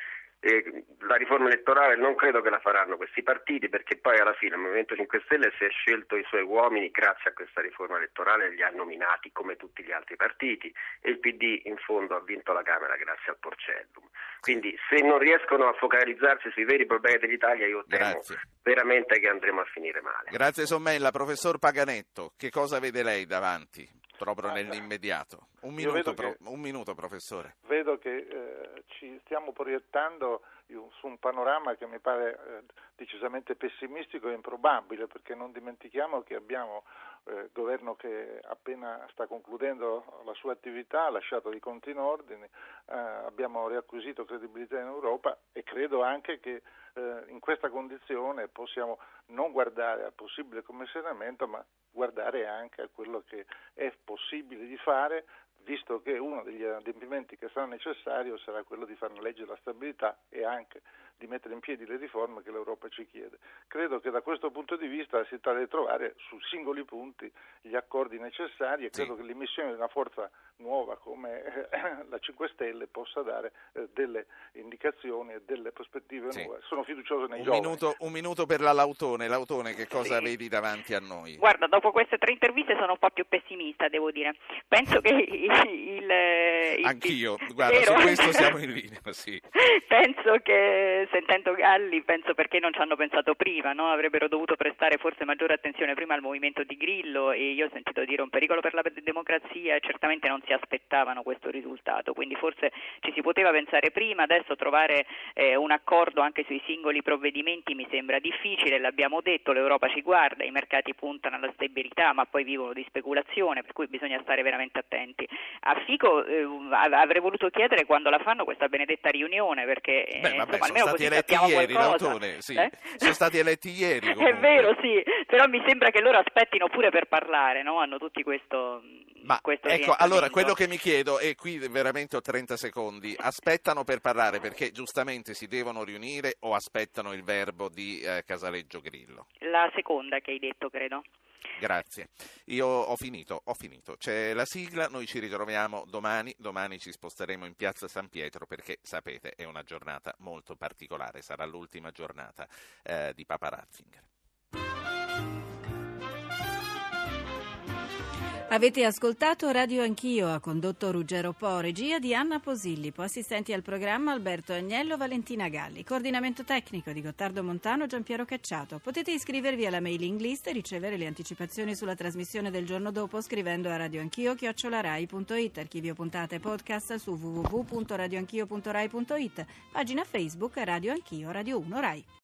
E la riforma elettorale non credo che la faranno questi partiti, perché poi alla fine il Movimento cinque Stelle si è scelto i suoi uomini grazie a questa riforma elettorale, li ha nominati come tutti gli altri partiti, e il P D in fondo ha vinto la Camera grazie al Porcellum. Quindi se non riescono a focalizzarsi sui veri problemi dell'Italia, io temo Grazie. veramente che andremo a finire male. Grazie Sommella. Professor Paganetto, che cosa vede lei davanti proprio ah, nell'immediato? Un minuto, pro, che, un minuto professore. Vedo che eh, ci stiamo proiettando su un panorama che mi pare eh, decisamente pessimistico e improbabile, perché non dimentichiamo che abbiamo eh, governo che appena sta concludendo la sua attività, ha lasciato i conti in ordine, eh, abbiamo riacquisito credibilità in Europa e credo anche che eh, in questa condizione possiamo non guardare al possibile commissariamento, ma guardare anche a quello che è possibile di fare, visto che uno degli adempimenti che sarà necessario sarà quello di fare una legge della stabilità e anche di mettere in piedi le riforme che l'Europa ci chiede. Credo che da questo punto di vista si tratta di trovare su singoli punti gli accordi necessari e credo sì. che l'immissione di una forza nuova come eh, la cinque Stelle possa dare eh, delle indicazioni e delle prospettive sì. nuove. Sono fiducioso nei un giovani. Minuto, un minuto per la Lautone. Lautone, che cosa sì. vedi davanti a noi? Guarda, dopo queste tre interviste sono un po' più pessimista, devo dire. Penso che il... il, il Anch'io, guarda, vero? Su questo siamo in linea, sì. Penso che, sentendo Galli, penso perché non ci hanno pensato prima, no? Avrebbero dovuto prestare forse maggiore attenzione prima al movimento di Grillo, e io ho sentito dire un pericolo per la democrazia, e certamente non si aspettavano questo risultato, quindi forse ci si poteva pensare prima. Adesso trovare eh, un accordo anche sui singoli provvedimenti mi sembra difficile, l'abbiamo detto, l'Europa ci guarda, i mercati puntano alla stabilità ma poi vivono di speculazione, per cui bisogna stare veramente attenti. A Fico eh, avrei voluto chiedere quando la fanno questa benedetta riunione, perché eh, Beh, vabbè, insomma, sono stati eletti ieri, Lautone, sì. eh? sono stati eletti ieri comunque. È vero, sì, però mi sembra che loro aspettino pure per parlare, no? Hanno tutti questo Ma questo ecco, allora quello che mi chiedo, e qui veramente ho trenta secondi, aspettano per parlare perché giustamente si devono riunire o aspettano il verbo di eh, Casaleggio Grillo? La seconda che hai detto, credo. Grazie, io ho finito, ho finito. C'è la sigla, noi ci ritroviamo domani, domani ci sposteremo in piazza San Pietro perché sapete è una giornata molto particolare, sarà l'ultima giornata eh, di Papa Ratzinger. Avete ascoltato Radio Anch'io, ha condotto Ruggero Po, regia di Anna Posillipo, assistenti al programma Alberto Agnello, Valentina Galli, coordinamento tecnico di Gottardo Montano, Giampiero Cacciato. Potete iscrivervi alla mailing list e ricevere le anticipazioni sulla trasmissione del giorno dopo scrivendo a radioanchio chiocciola rai punto it, archivio puntate podcast su w w w punto radioanchio punto rai punto it, pagina Facebook Radio Anch'io, Radio uno Rai.